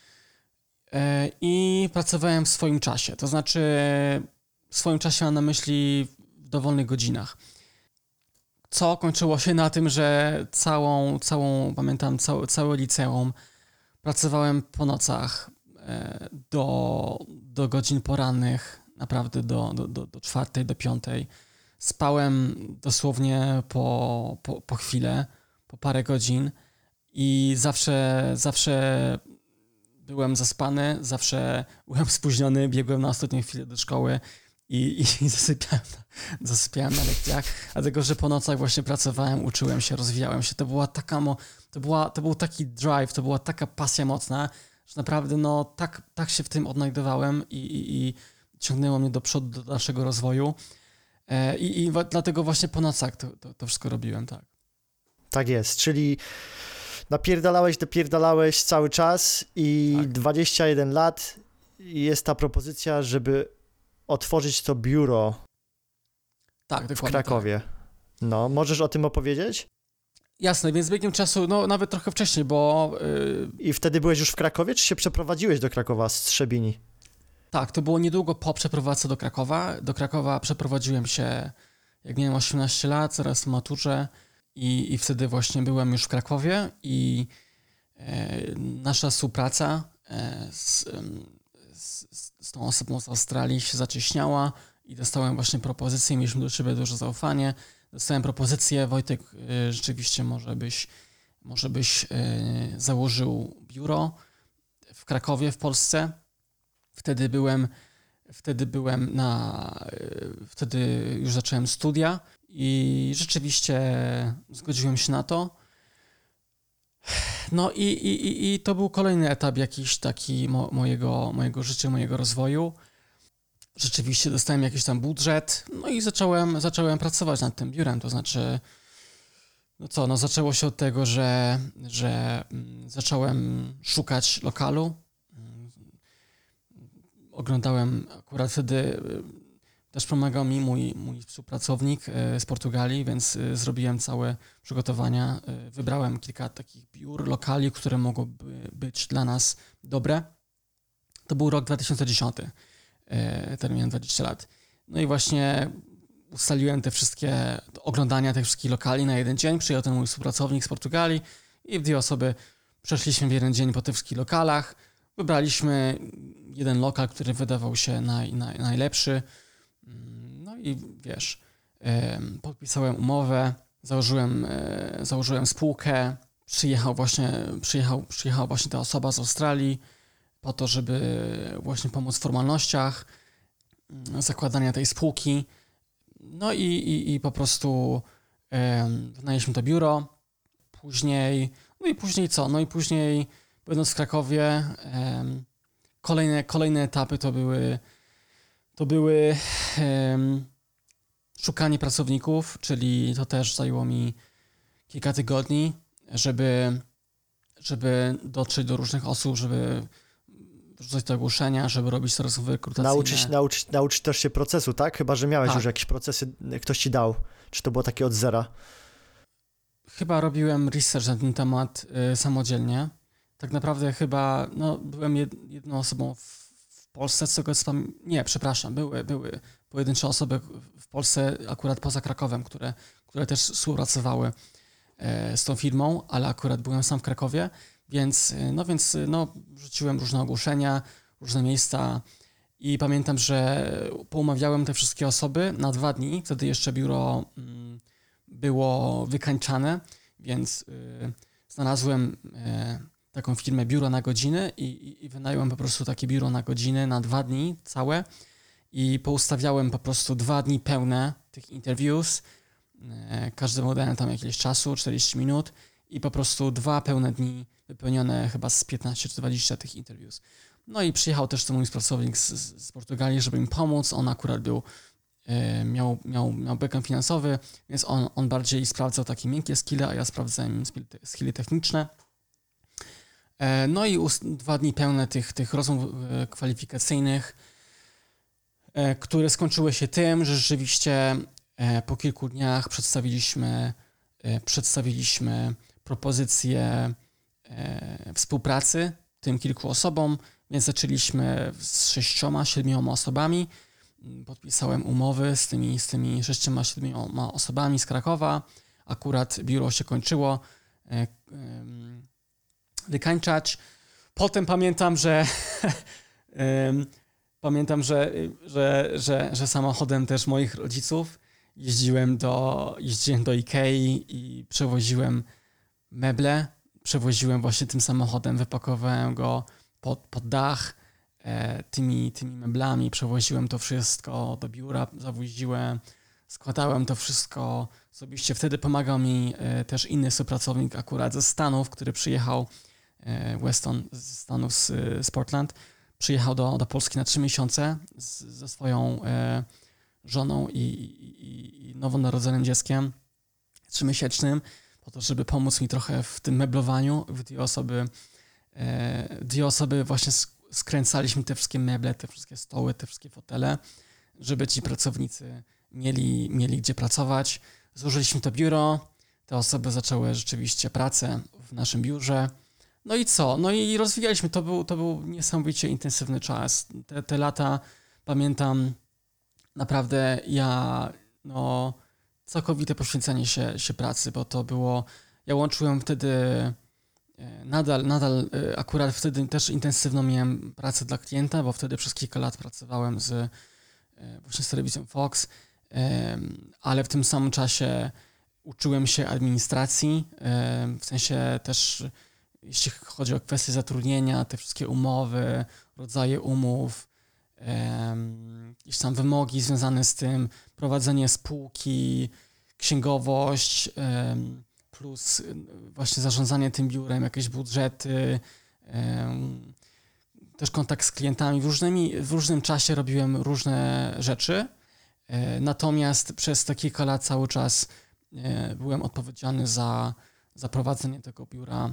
i pracowałem w swoim czasie, to znaczy w swoim czasie mam na myśli w dowolnych godzinach. Co kończyło się na tym, że całą, całą pamiętam, całe, całe liceum pracowałem po nocach do, do godzin porannych, naprawdę do, do, do, do czwartej, do piątej. Spałem dosłownie po, po, po chwilę, po parę godzin i zawsze, zawsze byłem zaspany, zawsze byłem spóźniony, biegłem na ostatnią chwilę do szkoły i, i zasypiałem, zasypiałem na lekcjach, dlatego że po nocach właśnie pracowałem, uczyłem się, rozwijałem się. To była taka, mo, to, była, to był taki drive, to była taka pasja mocna, że naprawdę no, tak, tak się w tym odnajdowałem i, i, i ciągnęło mnie do przodu, do dalszego rozwoju. I, i dlatego właśnie po nocach to, to, to wszystko robiłem, tak. Tak jest, czyli napierdalałeś, dopierdalałeś cały czas i tak. dwadzieścia jeden lat jest ta propozycja, żeby otworzyć to biuro tak, w Krakowie. Tak. No, możesz o tym opowiedzieć? Jasne, więc z biegiem czasu, no nawet trochę wcześniej, bo... Yy... I wtedy byłeś już w Krakowie, czy się przeprowadziłeś do Krakowa z Trzebini? Tak, to było niedługo po przeprowadzce do Krakowa. Do Krakowa przeprowadziłem się, jak miałem osiemnaście lat, zaraz w maturze i, i wtedy właśnie byłem już w Krakowie i e, nasza współpraca e, z, z, z tą osobą z Australii się zacieśniała i dostałem właśnie propozycję, mieliśmy do siebie duże zaufanie. Dostałem propozycję, Wojtek, e, rzeczywiście może byś, może byś e, założył biuro w Krakowie, w Polsce. Wtedy byłem, wtedy byłem na, wtedy już zacząłem studia i rzeczywiście zgodziłem się na to. No i, i, i to był kolejny etap jakiś taki mo, mojego, mojego życia, mojego rozwoju. Rzeczywiście dostałem jakiś tam budżet, no i zacząłem, zacząłem pracować nad tym biurem, to znaczy, no co, no zaczęło się od tego, że, że zacząłem szukać lokalu. Oglądałem akurat wtedy, też pomagał mi mój, mój współpracownik z Portugalii, więc zrobiłem całe przygotowania. Wybrałem kilka takich biur, lokali, które mogłyby być dla nas dobre. To był rok dwa tysiące dziesiąty, wtedy miałem dwadzieścia lat. No i właśnie ustaliłem te wszystkie oglądania tych wszystkich lokali na jeden dzień. Przyjechał ten mój współpracownik z Portugalii i w dwie osoby przeszliśmy w jeden dzień po tych wszystkich lokalach. Wybraliśmy jeden lokal, który wydawał się naj, naj, najlepszy. No i wiesz, e, podpisałem umowę, założyłem, e, założyłem spółkę. Przyjechał właśnie, przyjechał, przyjechała właśnie ta osoba z Australii po to, żeby właśnie pomóc w formalnościach zakładania tej spółki. No i, i, i po prostu e, wynajęliśmy to biuro. Później, no i później co? No i później będąc w Krakowie, em, kolejne, kolejne etapy to były, to były em, szukanie pracowników, czyli to też zajęło mi kilka tygodni, żeby, żeby dotrzeć do różnych osób, żeby wrzucać te ogłoszenia, żeby robić te rozmowy rekrutacyjne. Nauczyć, nauczyć, nauczyć też się procesu, tak? Chyba że miałeś tak. już jakieś procesy, ktoś ci dał. Czy to było takie od zera? Chyba robiłem research na ten temat y, samodzielnie. tak naprawdę chyba, no, byłem jed, jedną osobą w, w Polsce, z tego co tam, nie, przepraszam, były, były pojedyncze osoby w Polsce, akurat poza Krakowem, które, które też współpracowały e, z tą firmą, ale akurat byłem sam w Krakowie, więc, no, więc, no, rzuciłem różne ogłoszenia, różne miejsca i pamiętam, że poumawiałem te wszystkie osoby na dwa dni, wtedy jeszcze biuro mm, było wykańczane, więc y, znalazłem y, taką firmę biuro na godziny i, i, i wynająłem po prostu takie biuro na godziny na dwa dni całe i poustawiałem po prostu dwa dni pełne tych interviews. Y, każdemu dałem tam jakieś czasu, czterdzieści minut i po prostu dwa pełne dni wypełnione chyba z piętnaście czy dwadzieścia tych interviews. No i przyjechał też ten mój pracownik z, z Portugalii, żeby mi pomóc. On akurat był, y, miał, miał, miał background finansowy, więc on, on bardziej sprawdzał takie miękkie skille, a ja sprawdzałem skille techniczne. E, no i ust, dwa dni pełne tych, tych rozmów e, kwalifikacyjnych, e, które skończyły się tym, że rzeczywiście e, po kilku dniach przedstawiliśmy, e, przedstawiliśmy propozycję e, współpracy tym kilku osobom, więc zaczęliśmy z sześcioma, siedmioma osobami. Podpisałem umowy z tymi, z tymi sześcioma, siedmioma osobami z Krakowa. Akurat biuro się kończyło e, e, wykańczać. Potem pamiętam, że e, pamiętam, że, że, że, że samochodem też moich rodziców jeździłem do, jeździłem do Ikei i przewoziłem meble. Przewoziłem właśnie tym samochodem, wypakowałem go pod, pod dach e, tymi, tymi meblami, przewoziłem to wszystko do biura, zawoziłem, składałem to wszystko osobiście. Wtedy pomagał mi e, też inny współpracownik akurat ze Stanów, który przyjechał, e, Weston ze Stanów, z, z Portland, przyjechał do, do Polski na trzy miesiące z, ze swoją e, żoną i, i, i nowonarodzonym dzieckiem trzymiesięcznym, po to, żeby pomóc mi trochę w tym meblowaniu. Dwie osoby, e, dwie osoby właśnie skręcaliśmy te wszystkie meble, te wszystkie stoły, te wszystkie fotele, żeby ci pracownicy mieli, mieli gdzie pracować. Złożyliśmy to biuro, te osoby zaczęły rzeczywiście pracę w naszym biurze. No i co? No i rozwijaliśmy. To był, to był niesamowicie intensywny czas. Te, te lata, pamiętam, naprawdę ja, no... całkowite poświęcenie się, się pracy, bo to było, ja łączyłem wtedy, nadal, nadal akurat wtedy też intensywną miałem pracę dla klienta, bo wtedy przez kilka lat pracowałem z, właśnie z telewizją Fox, ale w tym samym czasie uczyłem się administracji, w sensie też jeśli chodzi o kwestie zatrudnienia, te wszystkie umowy, rodzaje umów, jakieś tam wymogi związane z tym, prowadzenie spółki, księgowość, plus właśnie zarządzanie tym biurem, jakieś budżety, też kontakt z klientami. W, różnymi, w różnym czasie robiłem różne rzeczy, natomiast przez te kilka lat cały czas byłem odpowiedzialny za, za prowadzenie tego biura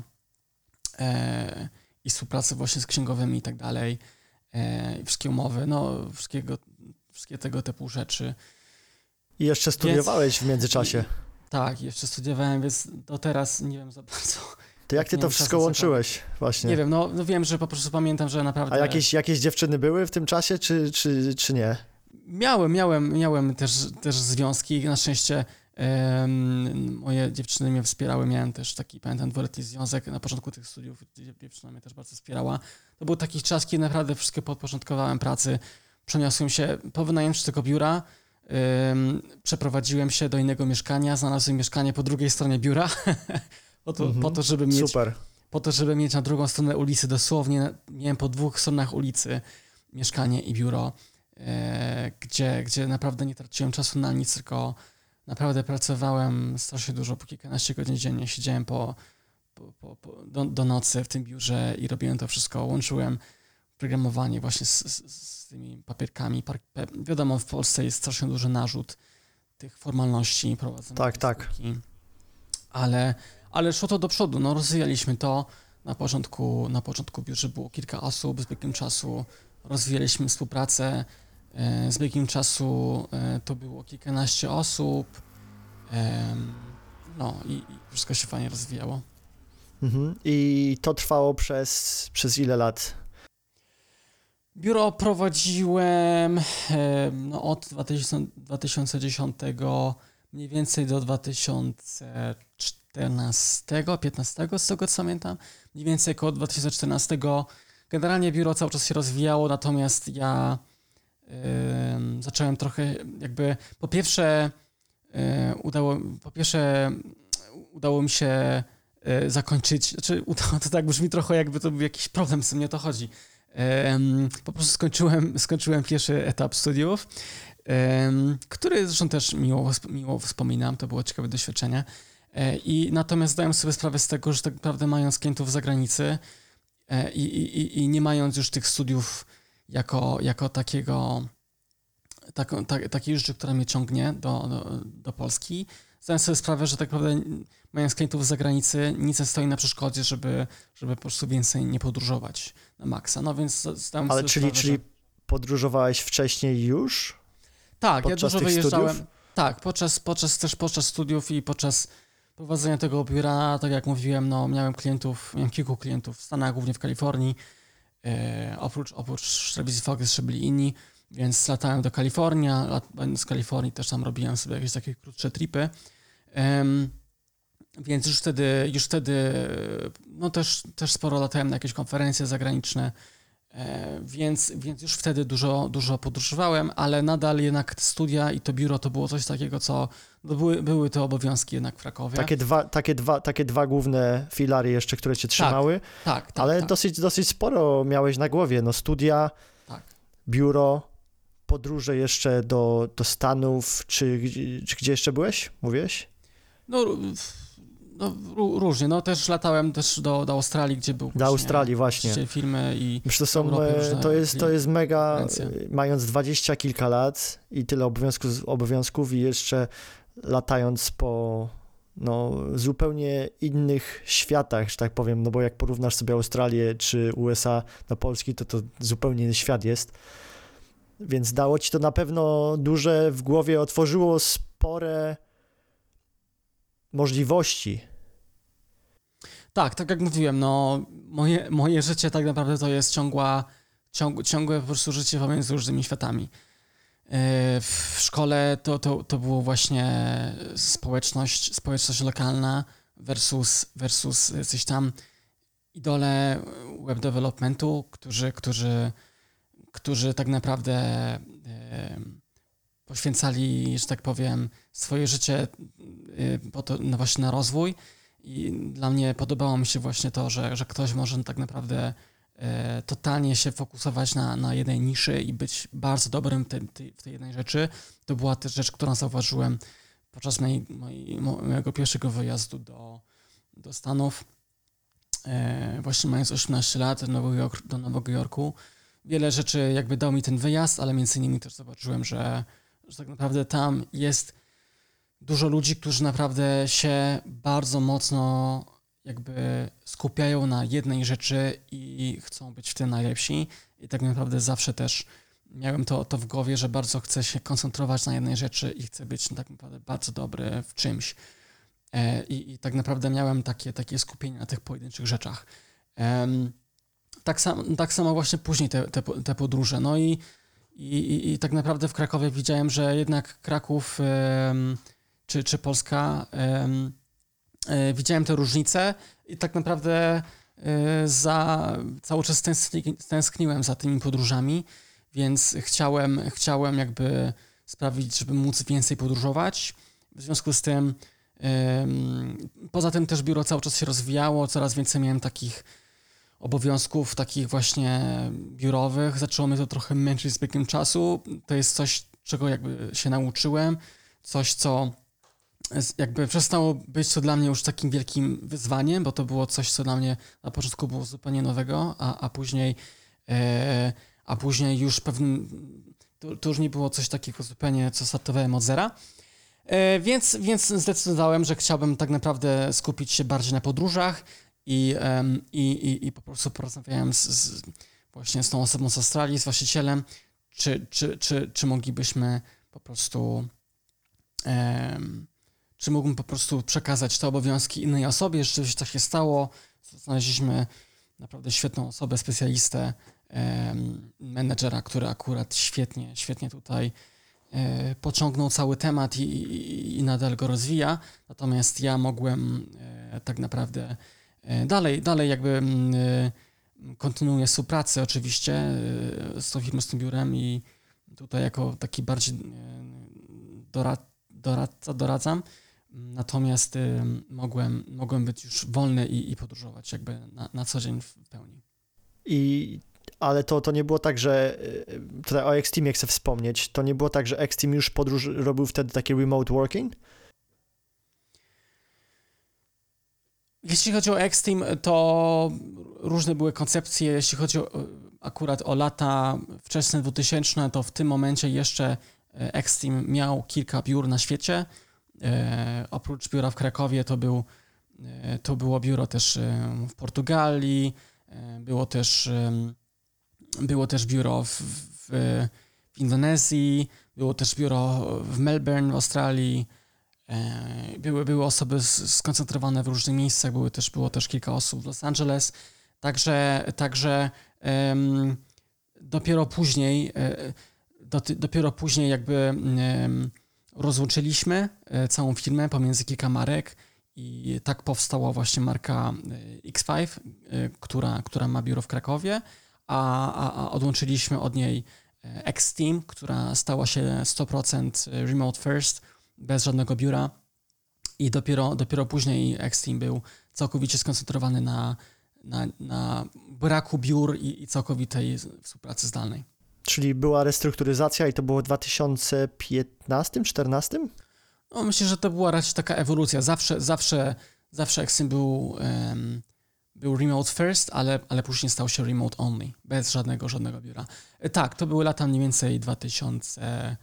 i współpracę właśnie z księgowymi i tak dalej. I wszystkie umowy, no wszystkiego, wszystkie tego typu rzeczy. I jeszcze studiowałeś więc, w międzyczasie. I, tak, jeszcze studiowałem, więc do teraz nie wiem za bardzo. To jak ty to wszystko łączyłeś właśnie? Nie wiem, no, no wiem, że po prostu pamiętam, że naprawdę... A jakieś, jakieś dziewczyny były w tym czasie, czy, czy, czy nie? Miałem, miałem, miałem też, też związki. Na szczęście um, moje dziewczyny mnie wspierały. Miałem też taki, pamiętam, dwuletni związek na początku tych studiów. Dziewczyna mnie też bardzo wspierała. To był taki czas, kiedy naprawdę wszystkie podporządkowałem pracy. Przeniosłem się po wynajęciu tego biura. Um, przeprowadziłem się do innego mieszkania. Znalazłem mieszkanie po drugiej stronie biura. po, to, mm-hmm. po to, żeby mieć... Super. Po to, żeby mieć na drugą stronę ulicy, dosłownie miałem po dwóch stronach ulicy mieszkanie i biuro, e, gdzie, gdzie naprawdę nie traciłem czasu na nic, tylko naprawdę pracowałem strasznie dużo, po kilkanaście godzin dziennie, siedziałem po, po, po, po, do, do nocy w tym biurze i robiłem to wszystko, łączyłem programowanie właśnie z, z, z tymi papierkami. Wiadomo, w Polsce jest strasznie duży narzut tych formalności prowadzonych. Tak, tak. Ale Ale szło to do przodu, no rozwijaliśmy to. Na początku, na początku w biurze było kilka osób, z biegiem czasu rozwijaliśmy współpracę. Z biegiem czasu to było kilkanaście osób. No i, i wszystko się fajnie rozwijało. Mhm. I to trwało przez, przez ile lat? Biuro prowadziłem e, no, od dwa tysiące dziesiątego mniej więcej do dwa tysiące czternastego, piętnastego, z tego co pamiętam. Mniej więcej około dwa tysiące czternastego. Generalnie biuro cały czas się rozwijało, natomiast ja e, zacząłem trochę jakby, po pierwsze e, udało, po pierwsze udało mi się e, zakończyć, znaczy udało, to tak brzmi trochę jakby to był jakiś problem, z tym nie o to chodzi. Um, po prostu skończyłem, skończyłem pierwszy etap studiów, um, który zresztą też miło, miło wspominam, to było ciekawe doświadczenie. E, i natomiast zdałem sobie sprawę z tego, że tak naprawdę mając klientów z zagranicy e, i, i, i nie mając już tych studiów jako, jako takiego, taką, ta, takiej rzeczy, która mnie ciągnie do, do, do Polski, zdałem sobie sprawę, że tak naprawdę mając klientów z zagranicy, nic nie stoi na przeszkodzie, żeby, żeby po prostu więcej nie podróżować na maksa. No więc zdałem Ale sobie czyli, sprawę, czyli że... podróżowałeś wcześniej już? Tak, ja podczas dużo tych wyjeżdżałem. studiów? Tak, podczas, podczas też podczas studiów i podczas prowadzenia tego biura, tak jak mówiłem, no miałem klientów, miałem kilku klientów w Stanach, głównie w Kalifornii. E, oprócz, oprócz telewizji Fox jeszcze byli inni, więc latałem do Kalifornii, a z Kalifornii też tam robiłem sobie jakieś takie krótsze tripy. Um, więc już wtedy, już wtedy no też, też sporo latałem na jakieś konferencje zagraniczne, e, więc, więc już wtedy dużo, dużo podróżowałem, ale nadal jednak studia i to biuro to było coś takiego, co no były, były te obowiązki jednak w Krakowie. Takie dwa, takie, dwa, takie dwa główne filary jeszcze, które cię trzymały, tak, tak, ale tak. dosyć, dosyć sporo miałeś na głowie, no studia, Tak. biuro, podróże jeszcze do, do Stanów, czy, czy gdzie jeszcze byłeś, mówiłeś? No, no różnie, no też latałem też do, do Australii, gdzie był Do Australii właśnie. filmy i Myślę, że to, są, Europy różne to, jest, to jest mega, konferencje. mając dwadzieścia kilka lat i tyle obowiązków, obowiązków i jeszcze latając po no, zupełnie innych światach, że tak powiem, no bo jak porównasz sobie Australię czy U S A do Polski, to to zupełnie inny świat jest. Więc dało ci to na pewno duże w głowie, otworzyło spore możliwości. Tak, tak jak mówiłem, no moje, moje życie tak naprawdę to jest ciągła, ciąg, ciągłe po prostu życie pomiędzy różnymi światami. Yy, w szkole to, to, to było właśnie społeczność, społeczność lokalna versus, versus coś tam idole web developmentu, którzy, którzy, którzy tak naprawdę yy, poświęcali, że tak powiem, swoje życie yy, po to, no właśnie na rozwój. I dla mnie podobało mi się właśnie to, że, że ktoś może tak naprawdę e, totalnie się fokusować na, na jednej niszy i być bardzo dobrym te, te, w tej jednej rzeczy. To była też rzecz, którą zauważyłem podczas mojej, mojej, mojego pierwszego wyjazdu do, do Stanów. E, właśnie mając osiemnaście lat do Nowego, Jork, do Nowego Jorku. Wiele rzeczy jakby dał mi ten wyjazd, ale między innymi też zobaczyłem, że, że tak naprawdę tam jest dużo ludzi, którzy naprawdę się bardzo mocno jakby skupiają na jednej rzeczy i chcą być w tym najlepsi. I tak naprawdę zawsze też miałem to, to w głowie, że bardzo chcę się koncentrować na jednej rzeczy i chcę być tak naprawdę bardzo dobry w czymś. E, i, I tak naprawdę miałem takie, takie skupienie na tych pojedynczych rzeczach. E, tak, sam, tak samo właśnie później te, te, te podróże. No i, i, i, i tak naprawdę w Krakowie widziałem, że jednak Kraków e, czy, czy Polska, um, e, widziałem te różnice i tak naprawdę e, za, cały czas tęskni, tęskniłem za tymi podróżami, więc chciałem, chciałem jakby sprawić, żeby móc więcej podróżować. W związku z tym, e, poza tym też biuro cały czas się rozwijało, coraz więcej miałem takich obowiązków, takich właśnie biurowych. Zaczęło mnie to trochę męczyć z biegiem czasu. To jest coś, czego jakby się nauczyłem, coś, co jakby przestało być to dla mnie już takim wielkim wyzwaniem, bo to było coś, co dla mnie na początku było zupełnie nowego, a, a później e, a później już pewnym, to, to już nie było coś takiego zupełnie, co startowałem od zera. E, więc, więc zdecydowałem, że chciałbym tak naprawdę skupić się bardziej na podróżach i, um, i, i, i po prostu porozmawiałem z, z, właśnie z tą osobą z Australii, z właścicielem, czy, czy, czy, czy moglibyśmy po prostu um, czy mógłbym po prostu przekazać te obowiązki innej osobie. Rzeczywiście tak się stało. Znaleźliśmy naprawdę świetną osobę, specjalistę, em, menedżera, który akurat świetnie, świetnie tutaj e, pociągnął cały temat i, i, i nadal go rozwija. Natomiast ja mogłem e, tak naprawdę e, dalej, dalej jakby e, kontynuuję współpracę oczywiście e, z tą firmą, z tym biurem i tutaj jako taki bardziej e, dorad, doradca doradzam. Natomiast y, mogłem, mogłem być już wolny i, i podróżować jakby na, na co dzień w pełni. I, ale to, to nie było tak, że y, tutaj o X-Teamie chcę wspomnieć, to nie było tak, że X-Team już podróż robił wtedy taki remote working? Jeśli chodzi o X-Team, to różne były koncepcje. Jeśli chodzi o, akurat o lata wczesne dwutysięczne, to w tym momencie jeszcze X-Team miał kilka biur na świecie. E, oprócz biura w Krakowie to, był, e, to było biuro też e, w Portugalii, e, było, też, e, było też biuro w, w, w Indonezji, było też biuro w Melbourne w Australii, e, były, były osoby s- skoncentrowane w różnych miejscach, były też, było też kilka osób w Los Angeles, także, także e, dopiero później, e, do, dopiero później jakby e, rozłączyliśmy całą firmę pomiędzy kilka marek i tak powstała właśnie marka X pięć, która, która ma biuro w Krakowie, a, a, a odłączyliśmy od niej X-Team, która stała się sto procent remote first, bez żadnego biura i dopiero, dopiero później X-Team był całkowicie skoncentrowany na, na, na braku biur i, i całkowitej współpracy zdalnej. Czyli była restrukturyzacja i to było w dwa tysiące piętnastym, czternastym? No, myślę, że to była raczej taka ewolucja. Zawsze, zawsze, zawsze X-Team był, um, był remote first, ale, ale później stał się remote only, bez żadnego, żadnego biura. E, tak, to były lata mniej więcej dwa tysiące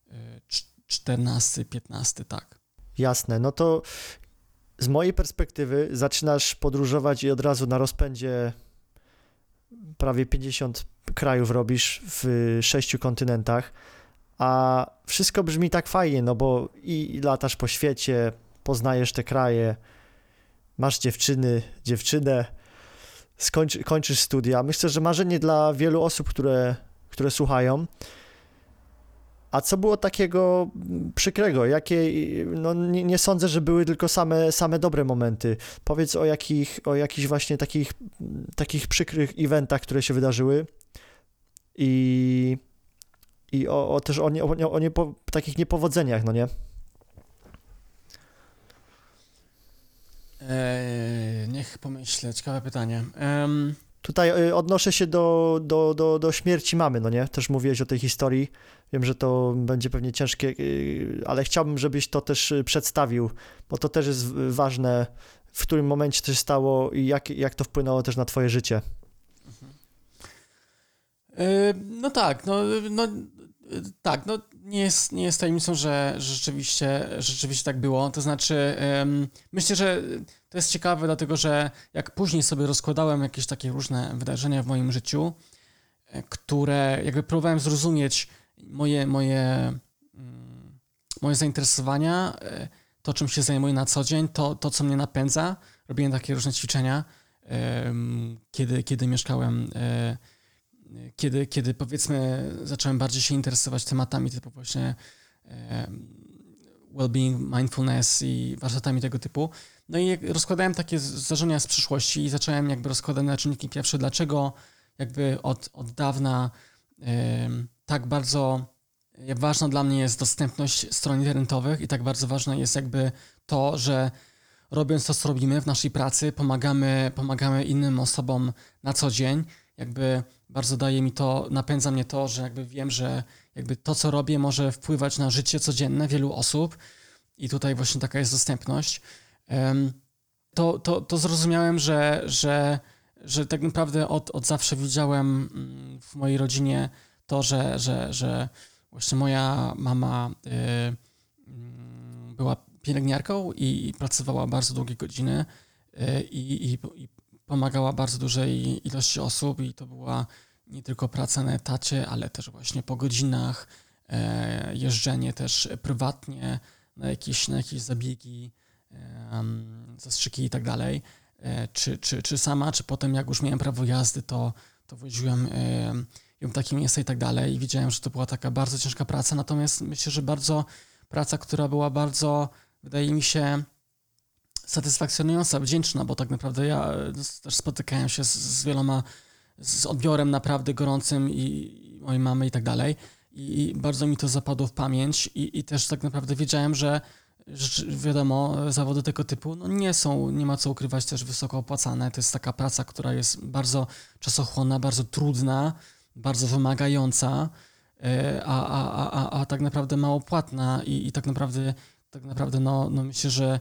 czternasty piętnasty, tak. Jasne, no to z mojej perspektywy zaczynasz podróżować i od razu na rozpędzie prawie pięćdziesiąt krajów robisz w sześciu kontynentach, a wszystko brzmi tak fajnie, no bo i, i latasz po świecie, poznajesz te kraje, masz dziewczyny, dziewczynę, skończy, kończysz studia. Myślę, że marzenie dla wielu osób, które, które słuchają. A co było takiego przykrego? Jakie, no nie, nie sądzę, że były tylko same, same dobre momenty. Powiedz o jakich, o jakichś właśnie takich, takich przykrych eventach, które się wydarzyły i, i o, o też o, nie, o, o niepo, takich niepowodzeniach, no nie? Eee, niech pomyślę, ciekawe pytanie. Um, Tutaj y, odnoszę się do, do, do, do śmierci mamy, no nie? Też mówiłeś o tej historii. Wiem, że to będzie pewnie ciężkie, y, ale chciałbym, żebyś to też y, przedstawił, bo to też jest ważne, w którym momencie to się stało i jak, jak to wpłynęło też na twoje życie. Yy, no tak, no, no yy, tak, no nie jest, nie jest tajemnicą, że rzeczywiście, rzeczywiście tak było. To znaczy, yy, myślę, że to jest ciekawe, dlatego że jak później sobie rozkładałem jakieś takie różne wydarzenia w moim życiu, yy, które jakby próbowałem zrozumieć moje, moje, yy, moje zainteresowania, yy, to czym się zajmuję na co dzień, to, to co mnie napędza. Robiłem takie różne ćwiczenia, yy, kiedy, kiedy mieszkałem yy, Kiedy, kiedy powiedzmy zacząłem bardziej się interesować tematami typu właśnie e, well-being, mindfulness i warsztatami tego typu. No i rozkładałem takie zdarzenia z przyszłości i zacząłem jakby rozkładać na czynniki pierwsze, dlaczego jakby od, od dawna e, tak bardzo ważna dla mnie jest dostępność stron internetowych i tak bardzo ważne jest jakby to, że robiąc to, co robimy w naszej pracy, pomagamy, pomagamy innym osobom na co dzień. Jakby bardzo daje mi to, napędza mnie to, że jakby wiem, że jakby to, co robię, może wpływać na życie codzienne wielu osób i tutaj właśnie taka jest dostępność. Um, to, to, to zrozumiałem, że, że, że tak naprawdę od, od zawsze widziałem w mojej rodzinie to, że, że, że właśnie moja mama y, y, była pielęgniarką i, i pracowała bardzo długie godziny y, i, i, i pomagała bardzo dużej ilości osób i to była nie tylko praca na etacie, ale też właśnie po godzinach, e, jeżdżenie też prywatnie na jakieś, na jakieś zabiegi, zastrzyki i tak dalej, czy, czy, czy sama, czy potem jak już miałem prawo jazdy, to, to woziłem ją takie miejsca i tak dalej i widziałem, że to była taka bardzo ciężka praca, natomiast myślę, że bardzo praca, która była bardzo, wydaje mi się, satysfakcjonująca, wdzięczna, bo tak naprawdę ja też spotykałem się z, z wieloma, z odbiorem naprawdę gorącym i, i mojej mamy i tak dalej i bardzo mi to zapadło w pamięć i, i też tak naprawdę wiedziałem, że, że wiadomo, zawody tego typu no nie są, nie ma co ukrywać, też wysoko opłacane. To jest taka praca, która jest bardzo czasochłonna, bardzo trudna, bardzo wymagająca, a, a, a, a, a tak naprawdę mało płatna i, i tak naprawdę, tak naprawdę no, no myślę, że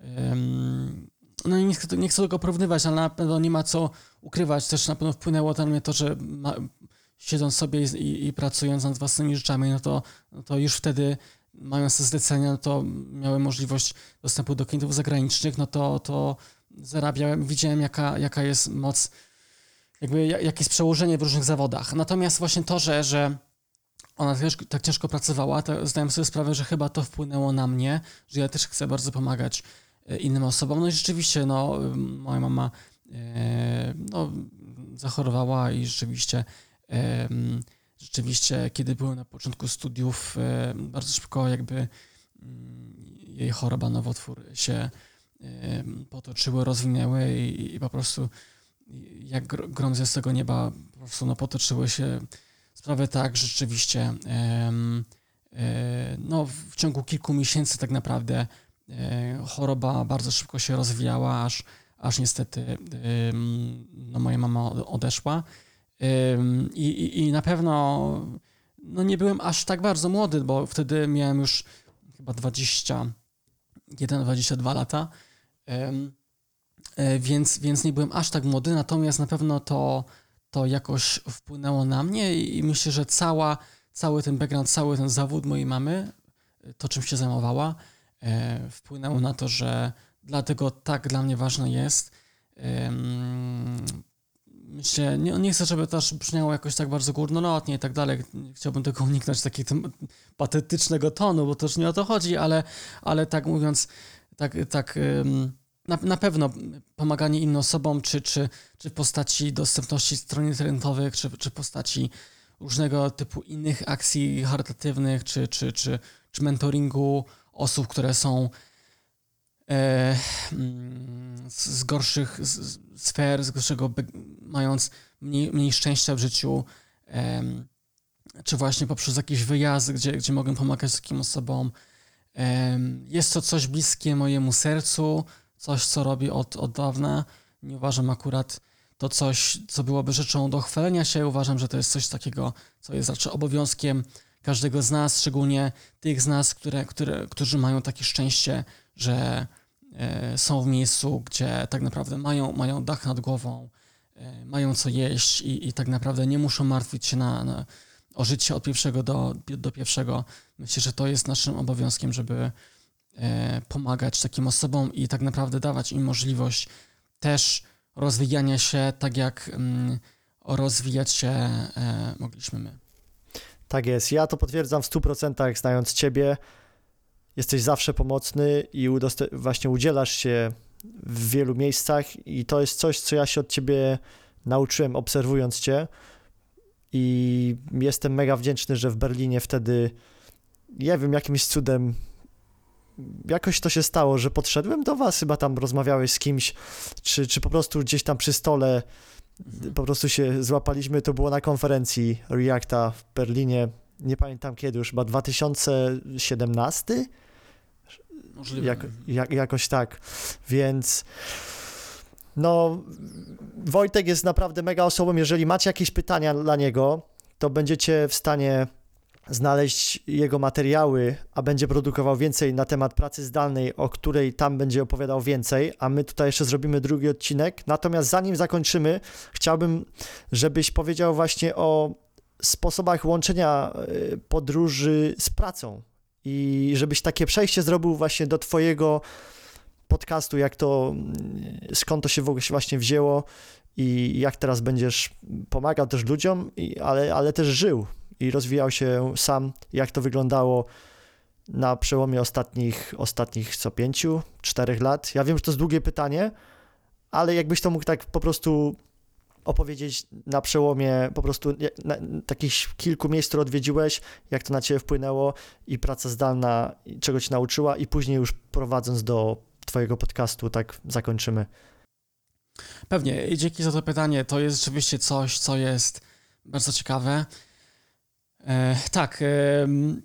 um, no nie chcę, nie chcę tego porównywać, ale na pewno nie ma co ukrywać. Też na pewno wpłynęło na mnie to, że ma, siedząc sobie i, i pracując nad własnymi rzeczami, no to, no to już wtedy mając te zlecenia, no to miałem możliwość dostępu do klientów zagranicznych, no to, to zarabiałem, widziałem jaka, jaka jest moc, jakby jakie jest przełożenie w różnych zawodach. Natomiast właśnie to, że, że ona też tak ciężko pracowała, to zdałem sobie sprawę, że chyba to wpłynęło na mnie, że ja też chcę bardzo pomagać innym osobom. No i rzeczywiście, no, moja mama e, no, zachorowała i rzeczywiście e, rzeczywiście, kiedy byłem na początku studiów, e, bardzo szybko jakby mm, jej choroba, nowotwór się e, potoczyły, rozwinęły i, i po prostu jak grom z tego nieba po prostu no, potoczyły się sprawy tak, że rzeczywiście e, e, no, w ciągu kilku miesięcy tak naprawdę e, choroba bardzo szybko się rozwijała, aż, aż niestety e, no, moja mama odeszła. I, i, I na pewno no nie byłem aż tak bardzo młody, bo wtedy miałem już chyba dwadzieścia jeden dwadzieścia dwa lata, więc, więc nie byłem aż tak młody, natomiast na pewno to, to jakoś wpłynęło na mnie i myślę, że cała, cały ten background, cały ten zawód mojej mamy, to czym się zajmowała, wpłynęło na to, że dlatego tak dla mnie ważne jest. Myślę, nie, nie chcę, żeby to aż brzmiało jakoś tak bardzo górnolotnie i tak dalej. Chciałbym tego uniknąć takiego patetycznego tonu, bo to już nie o to chodzi, ale, ale tak mówiąc, tak, tak na, na pewno pomaganie innym osobom, czy, czy, czy w postaci dostępności stron internetowych, czy, czy w postaci różnego typu innych akcji charytatywnych, czy, czy, czy, czy mentoringu osób, które są e, z, z gorszych z, sfer, z gorszego, mając mniej, mniej szczęścia w życiu, e, czy właśnie poprzez jakiś wyjazd, gdzie, gdzie mogę pomagać takim osobom. E, jest to coś bliskie mojemu sercu, coś, co robię od, od dawna. Nie uważam akurat to coś, co byłoby rzeczą do chwalenia się. Uważam, że to jest coś takiego, co jest raczej obowiązkiem każdego z nas, szczególnie tych z nas, które, które, którzy mają takie szczęście, że e, są w miejscu, gdzie tak naprawdę mają, mają dach nad głową, e, mają co jeść i, i tak naprawdę nie muszą martwić się na, na, o życie od pierwszego do, do pierwszego. Myślę, że to jest naszym obowiązkiem, żeby e, pomagać takim osobom i tak naprawdę dawać im możliwość też rozwijania się tak, jak mm, rozwijać się e, mogliśmy my. Tak jest. Ja to potwierdzam w stu procentach, znając Ciebie. Jesteś zawsze pomocny i udost- właśnie udzielasz się w wielu miejscach i to jest coś, co ja się od Ciebie nauczyłem, obserwując Cię. I jestem mega wdzięczny, że w Berlinie wtedy, nie wiem, jakimś cudem jakoś to się stało, że podszedłem do was, chyba tam rozmawiałeś z kimś, czy, czy po prostu gdzieś tam przy stole po prostu się złapaliśmy, to było na konferencji Reacta w Berlinie, nie pamiętam kiedy już, chyba dwa tysiące siedemnasty? Możliwe. Jak, jak, jakoś tak, więc no Wojtek jest naprawdę mega osobą, jeżeli macie jakieś pytania dla niego, to będziecie w stanie znaleźć jego materiały, a będzie produkował więcej na temat pracy zdalnej, o której tam będzie opowiadał więcej, a my tutaj jeszcze zrobimy drugi odcinek. Natomiast zanim zakończymy, chciałbym, żebyś powiedział właśnie o sposobach łączenia podróży z pracą i żebyś takie przejście zrobił właśnie do twojego podcastu, jak to, skąd to się w ogóle właśnie wzięło i jak teraz będziesz pomagał też ludziom, ale, ale też żył i rozwijał się sam, jak to wyglądało na przełomie ostatnich, ostatnich co, pięciu, czterech lat? Ja wiem, że to jest długie pytanie, ale jakbyś to mógł tak po prostu opowiedzieć na przełomie po prostu na, na, takich kilku miejsc, które odwiedziłeś, jak to na ciebie wpłynęło i praca zdalna, czego ci nauczyła i później już prowadząc do twojego podcastu, tak zakończymy. Pewnie, dzięki za to pytanie. To jest rzeczywiście coś, co jest bardzo ciekawe. E, tak, e,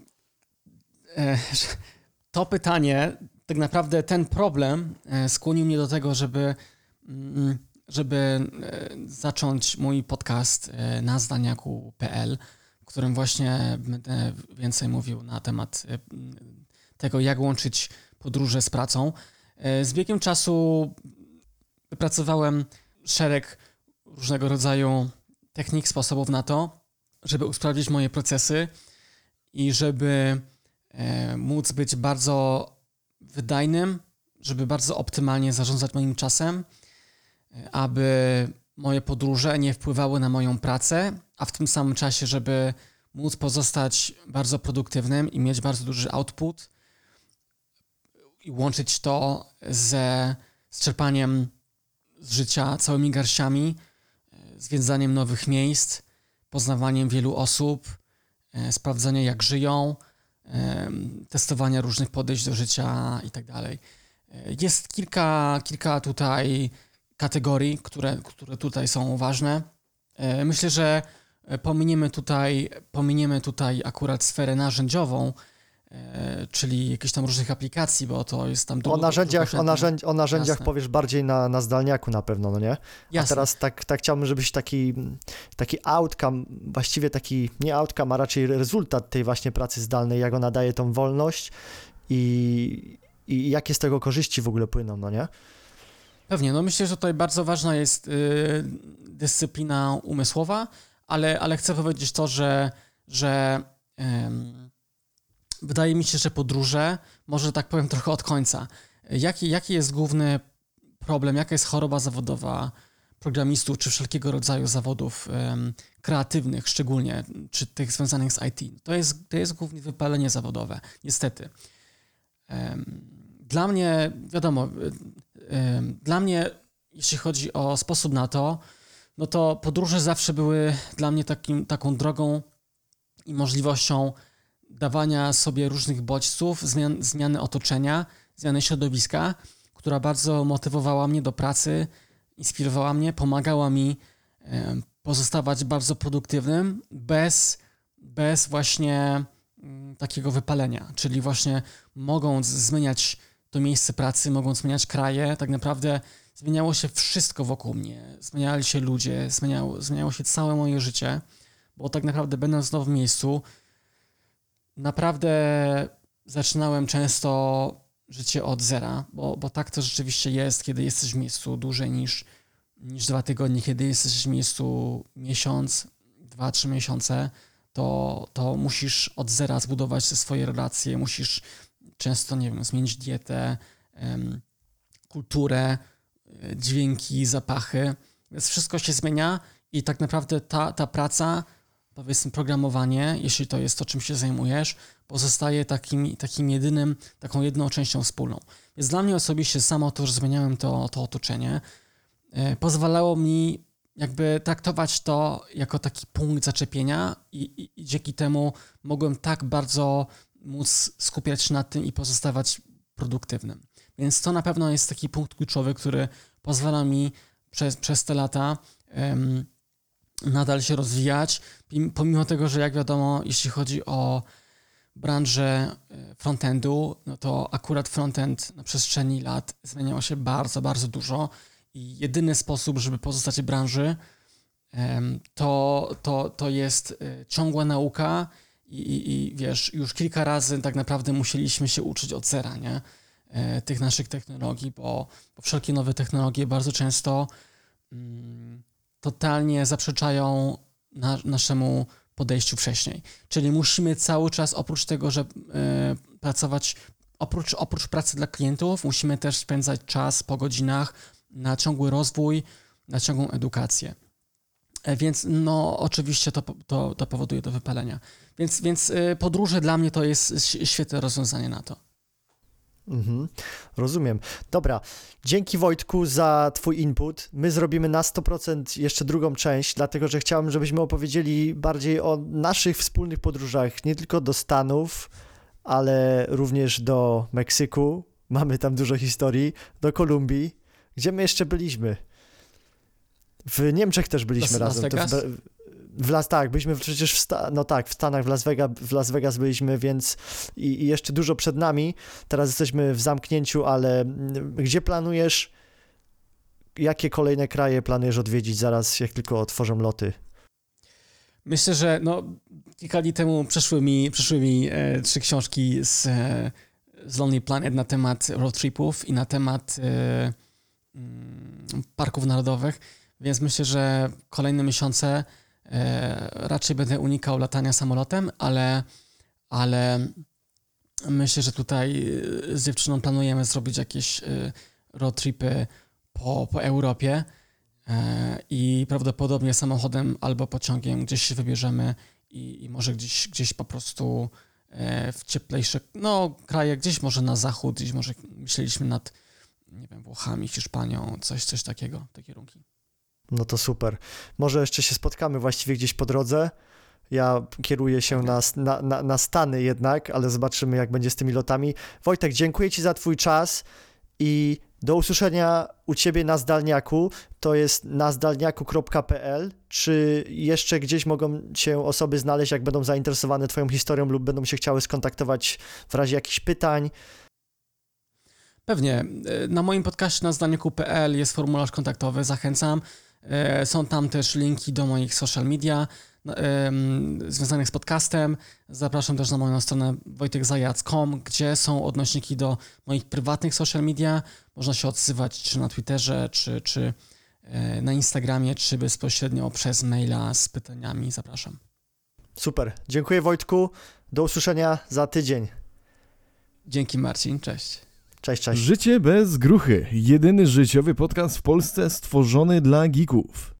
e, to pytanie, tak naprawdę ten problem e, skłonił mnie do tego, żeby, mm, żeby e, zacząć mój podcast e, na zdaniaku kropka pe el, w którym właśnie będę więcej mówił na temat e, tego, jak łączyć podróże z pracą. E, z biegiem czasu wypracowałem szereg różnego rodzaju technik, sposobów na to, żeby usprawnić moje procesy i żeby e, móc być bardzo wydajnym, żeby bardzo optymalnie zarządzać moim czasem, e, aby moje podróże nie wpływały na moją pracę, a w tym samym czasie, żeby móc pozostać bardzo produktywnym i mieć bardzo duży output i łączyć to ze z czerpaniem z życia całymi garściami, zwiedzaniem nowych miejsc, poznawaniem wielu osób, e, sprawdzanie jak żyją, e, testowania różnych podejść do życia i tak dalej. Jest kilka, kilka tutaj kategorii, które, które tutaj są ważne. E, myślę, że pominiemy tutaj, pominiemy tutaj akurat sferę narzędziową, e, czyli jakichś tam różnych aplikacji, bo to jest tam... O narzędziach, o narzędzi, o narzędziach powiesz bardziej na, na zdalniaku na pewno, no nie? Jasne. A teraz tak, tak chciałbym, żebyś taki, taki outcome, właściwie taki, nie outcome, a raczej rezultat tej właśnie pracy zdalnej, jak ona daje tą wolność i, i jakie z tego korzyści w ogóle płyną, no nie? Pewnie, no myślę, że tutaj bardzo ważna jest y, dyscyplina umysłowa, ale, ale chcę powiedzieć to, że, że ym, wydaje mi się, że podróże, może tak powiem trochę od końca. Jaki, jaki jest główny problem, jaka jest choroba zawodowa programistów, czy wszelkiego rodzaju zawodów ym, kreatywnych szczególnie, czy tych związanych z I T? To jest, to jest głównie wypalenie zawodowe, niestety. Ym, dla mnie, wiadomo, ym, dla mnie, jeśli chodzi o sposób na to, no to podróże zawsze były dla mnie takim, taką drogą i możliwością dawania sobie różnych bodźców, zmian, zmiany otoczenia, zmiany środowiska, która bardzo motywowała mnie do pracy, inspirowała mnie, pomagała mi e, pozostawać bardzo produktywnym bez, bez właśnie m, takiego wypalenia, czyli właśnie mogąc zmieniać to miejsce pracy, mogąc zmieniać kraje, tak naprawdę zmieniało się wszystko wokół mnie, zmieniali się ludzie, zmieniało, zmieniało się całe moje życie, bo tak naprawdę będąc w nowym miejscu, naprawdę zaczynałem często życie od zera, bo, bo tak to rzeczywiście jest, kiedy jesteś w miejscu dłużej niż, niż dwa tygodnie, kiedy jesteś w miejscu miesiąc, dwa, trzy miesiące, to, to musisz od zera zbudować swoje relacje, musisz często, nie wiem, zmienić dietę, em, kulturę, dźwięki, zapachy, więc wszystko się zmienia i tak naprawdę ta, ta praca, powiedzmy programowanie, jeśli to jest to, czym się zajmujesz, pozostaje takim, takim jedynym, taką jedną częścią wspólną. Więc dla mnie osobiście samo to, że zmieniałem to, to otoczenie, yy, pozwalało mi jakby traktować to jako taki punkt zaczepienia i, i, i dzięki temu mogłem tak bardzo móc skupiać się na tym i pozostawać produktywnym. Więc to na pewno jest taki punkt kluczowy, który pozwala mi przez, przez te lata um, nadal się rozwijać, pomimo tego, że jak wiadomo, jeśli chodzi o branżę frontendu, no to akurat frontend na przestrzeni lat zmieniało się bardzo, bardzo dużo i jedyny sposób, żeby pozostać w branży, um, to, to, to jest ciągła nauka i, i, i wiesz, już kilka razy tak naprawdę musieliśmy się uczyć od zera, nie? Tych naszych technologii, bo, bo wszelkie nowe technologie bardzo często mm, totalnie zaprzeczają na, naszemu podejściu wcześniej. Czyli musimy cały czas, oprócz tego, że y, pracować, oprócz, oprócz pracy dla klientów, musimy też spędzać czas po godzinach na ciągły rozwój, na ciągłą edukację. E, Więc no oczywiście to, to, to powoduje to wypalenia. Więc, więc y, podróże dla mnie to jest ś- świetne rozwiązanie na to. Mhm, rozumiem. Dobra, dzięki Wojtku za twój input. My zrobimy na sto procent jeszcze drugą część, dlatego że chciałem, żebyśmy opowiedzieli bardziej o naszych wspólnych podróżach, nie tylko do Stanów, ale również do Meksyku. Mamy tam dużo historii, do Kolumbii. Gdzie my jeszcze byliśmy? W Niemczech też byliśmy Las- razem. Las To Vegas? w, w Las, tak, byliśmy przecież w, sta, no tak, w Stanach, w Las, Vegas, w Las Vegas byliśmy, więc i, i jeszcze dużo przed nami. Teraz jesteśmy w zamknięciu, ale mm, gdzie planujesz, jakie kolejne kraje planujesz odwiedzić zaraz, jak tylko otworzą loty? Myślę, że no, kilka dni temu przyszły mi, przyszły mi e, trzy książki z, e, z Lonely Planet na temat road tripów i na temat e, mm, parków narodowych, więc myślę, że kolejne miesiące e, raczej będę unikał latania samolotem, ale, ale myślę, że tutaj e, z dziewczyną planujemy zrobić jakieś e, road tripy po, po Europie. E, I prawdopodobnie samochodem albo pociągiem gdzieś się wybierzemy i, i może gdzieś, gdzieś po prostu e, w cieplejsze, no kraje, gdzieś może na zachód, gdzieś może myśleliśmy nad, nie wiem, Włochami, Hiszpanią, coś, coś takiego, te kierunki. No to super. Może jeszcze się spotkamy właściwie gdzieś po drodze. Ja kieruję się na, na, na, na Stany jednak, ale zobaczymy, jak będzie z tymi lotami. Wojtek, dziękuję ci za twój czas i do usłyszenia u ciebie na Zdalniaku. To jest na zdalniaku kropka p l. Czy jeszcze gdzieś mogą się osoby znaleźć, jak będą zainteresowane twoją historią lub będą się chciały skontaktować w razie jakichś pytań? Pewnie. Na moim podcaście na zdalniaku kropka p l jest formularz kontaktowy, zachęcam. Są tam też linki do moich social media związanych z podcastem. Zapraszam też na moją stronę wojtek zajac kropka com, gdzie są odnośniki do moich prywatnych social media. Można się odzywać czy na Twitterze, czy, czy na Instagramie, czy bezpośrednio przez maila z pytaniami. Zapraszam. Super. Dziękuję Wojtku. Do usłyszenia za tydzień. Dzięki Marcin. Cześć. Cześć, cześć. Życie bez gruchy. Jedyny życiowy podcast w Polsce stworzony dla geeków.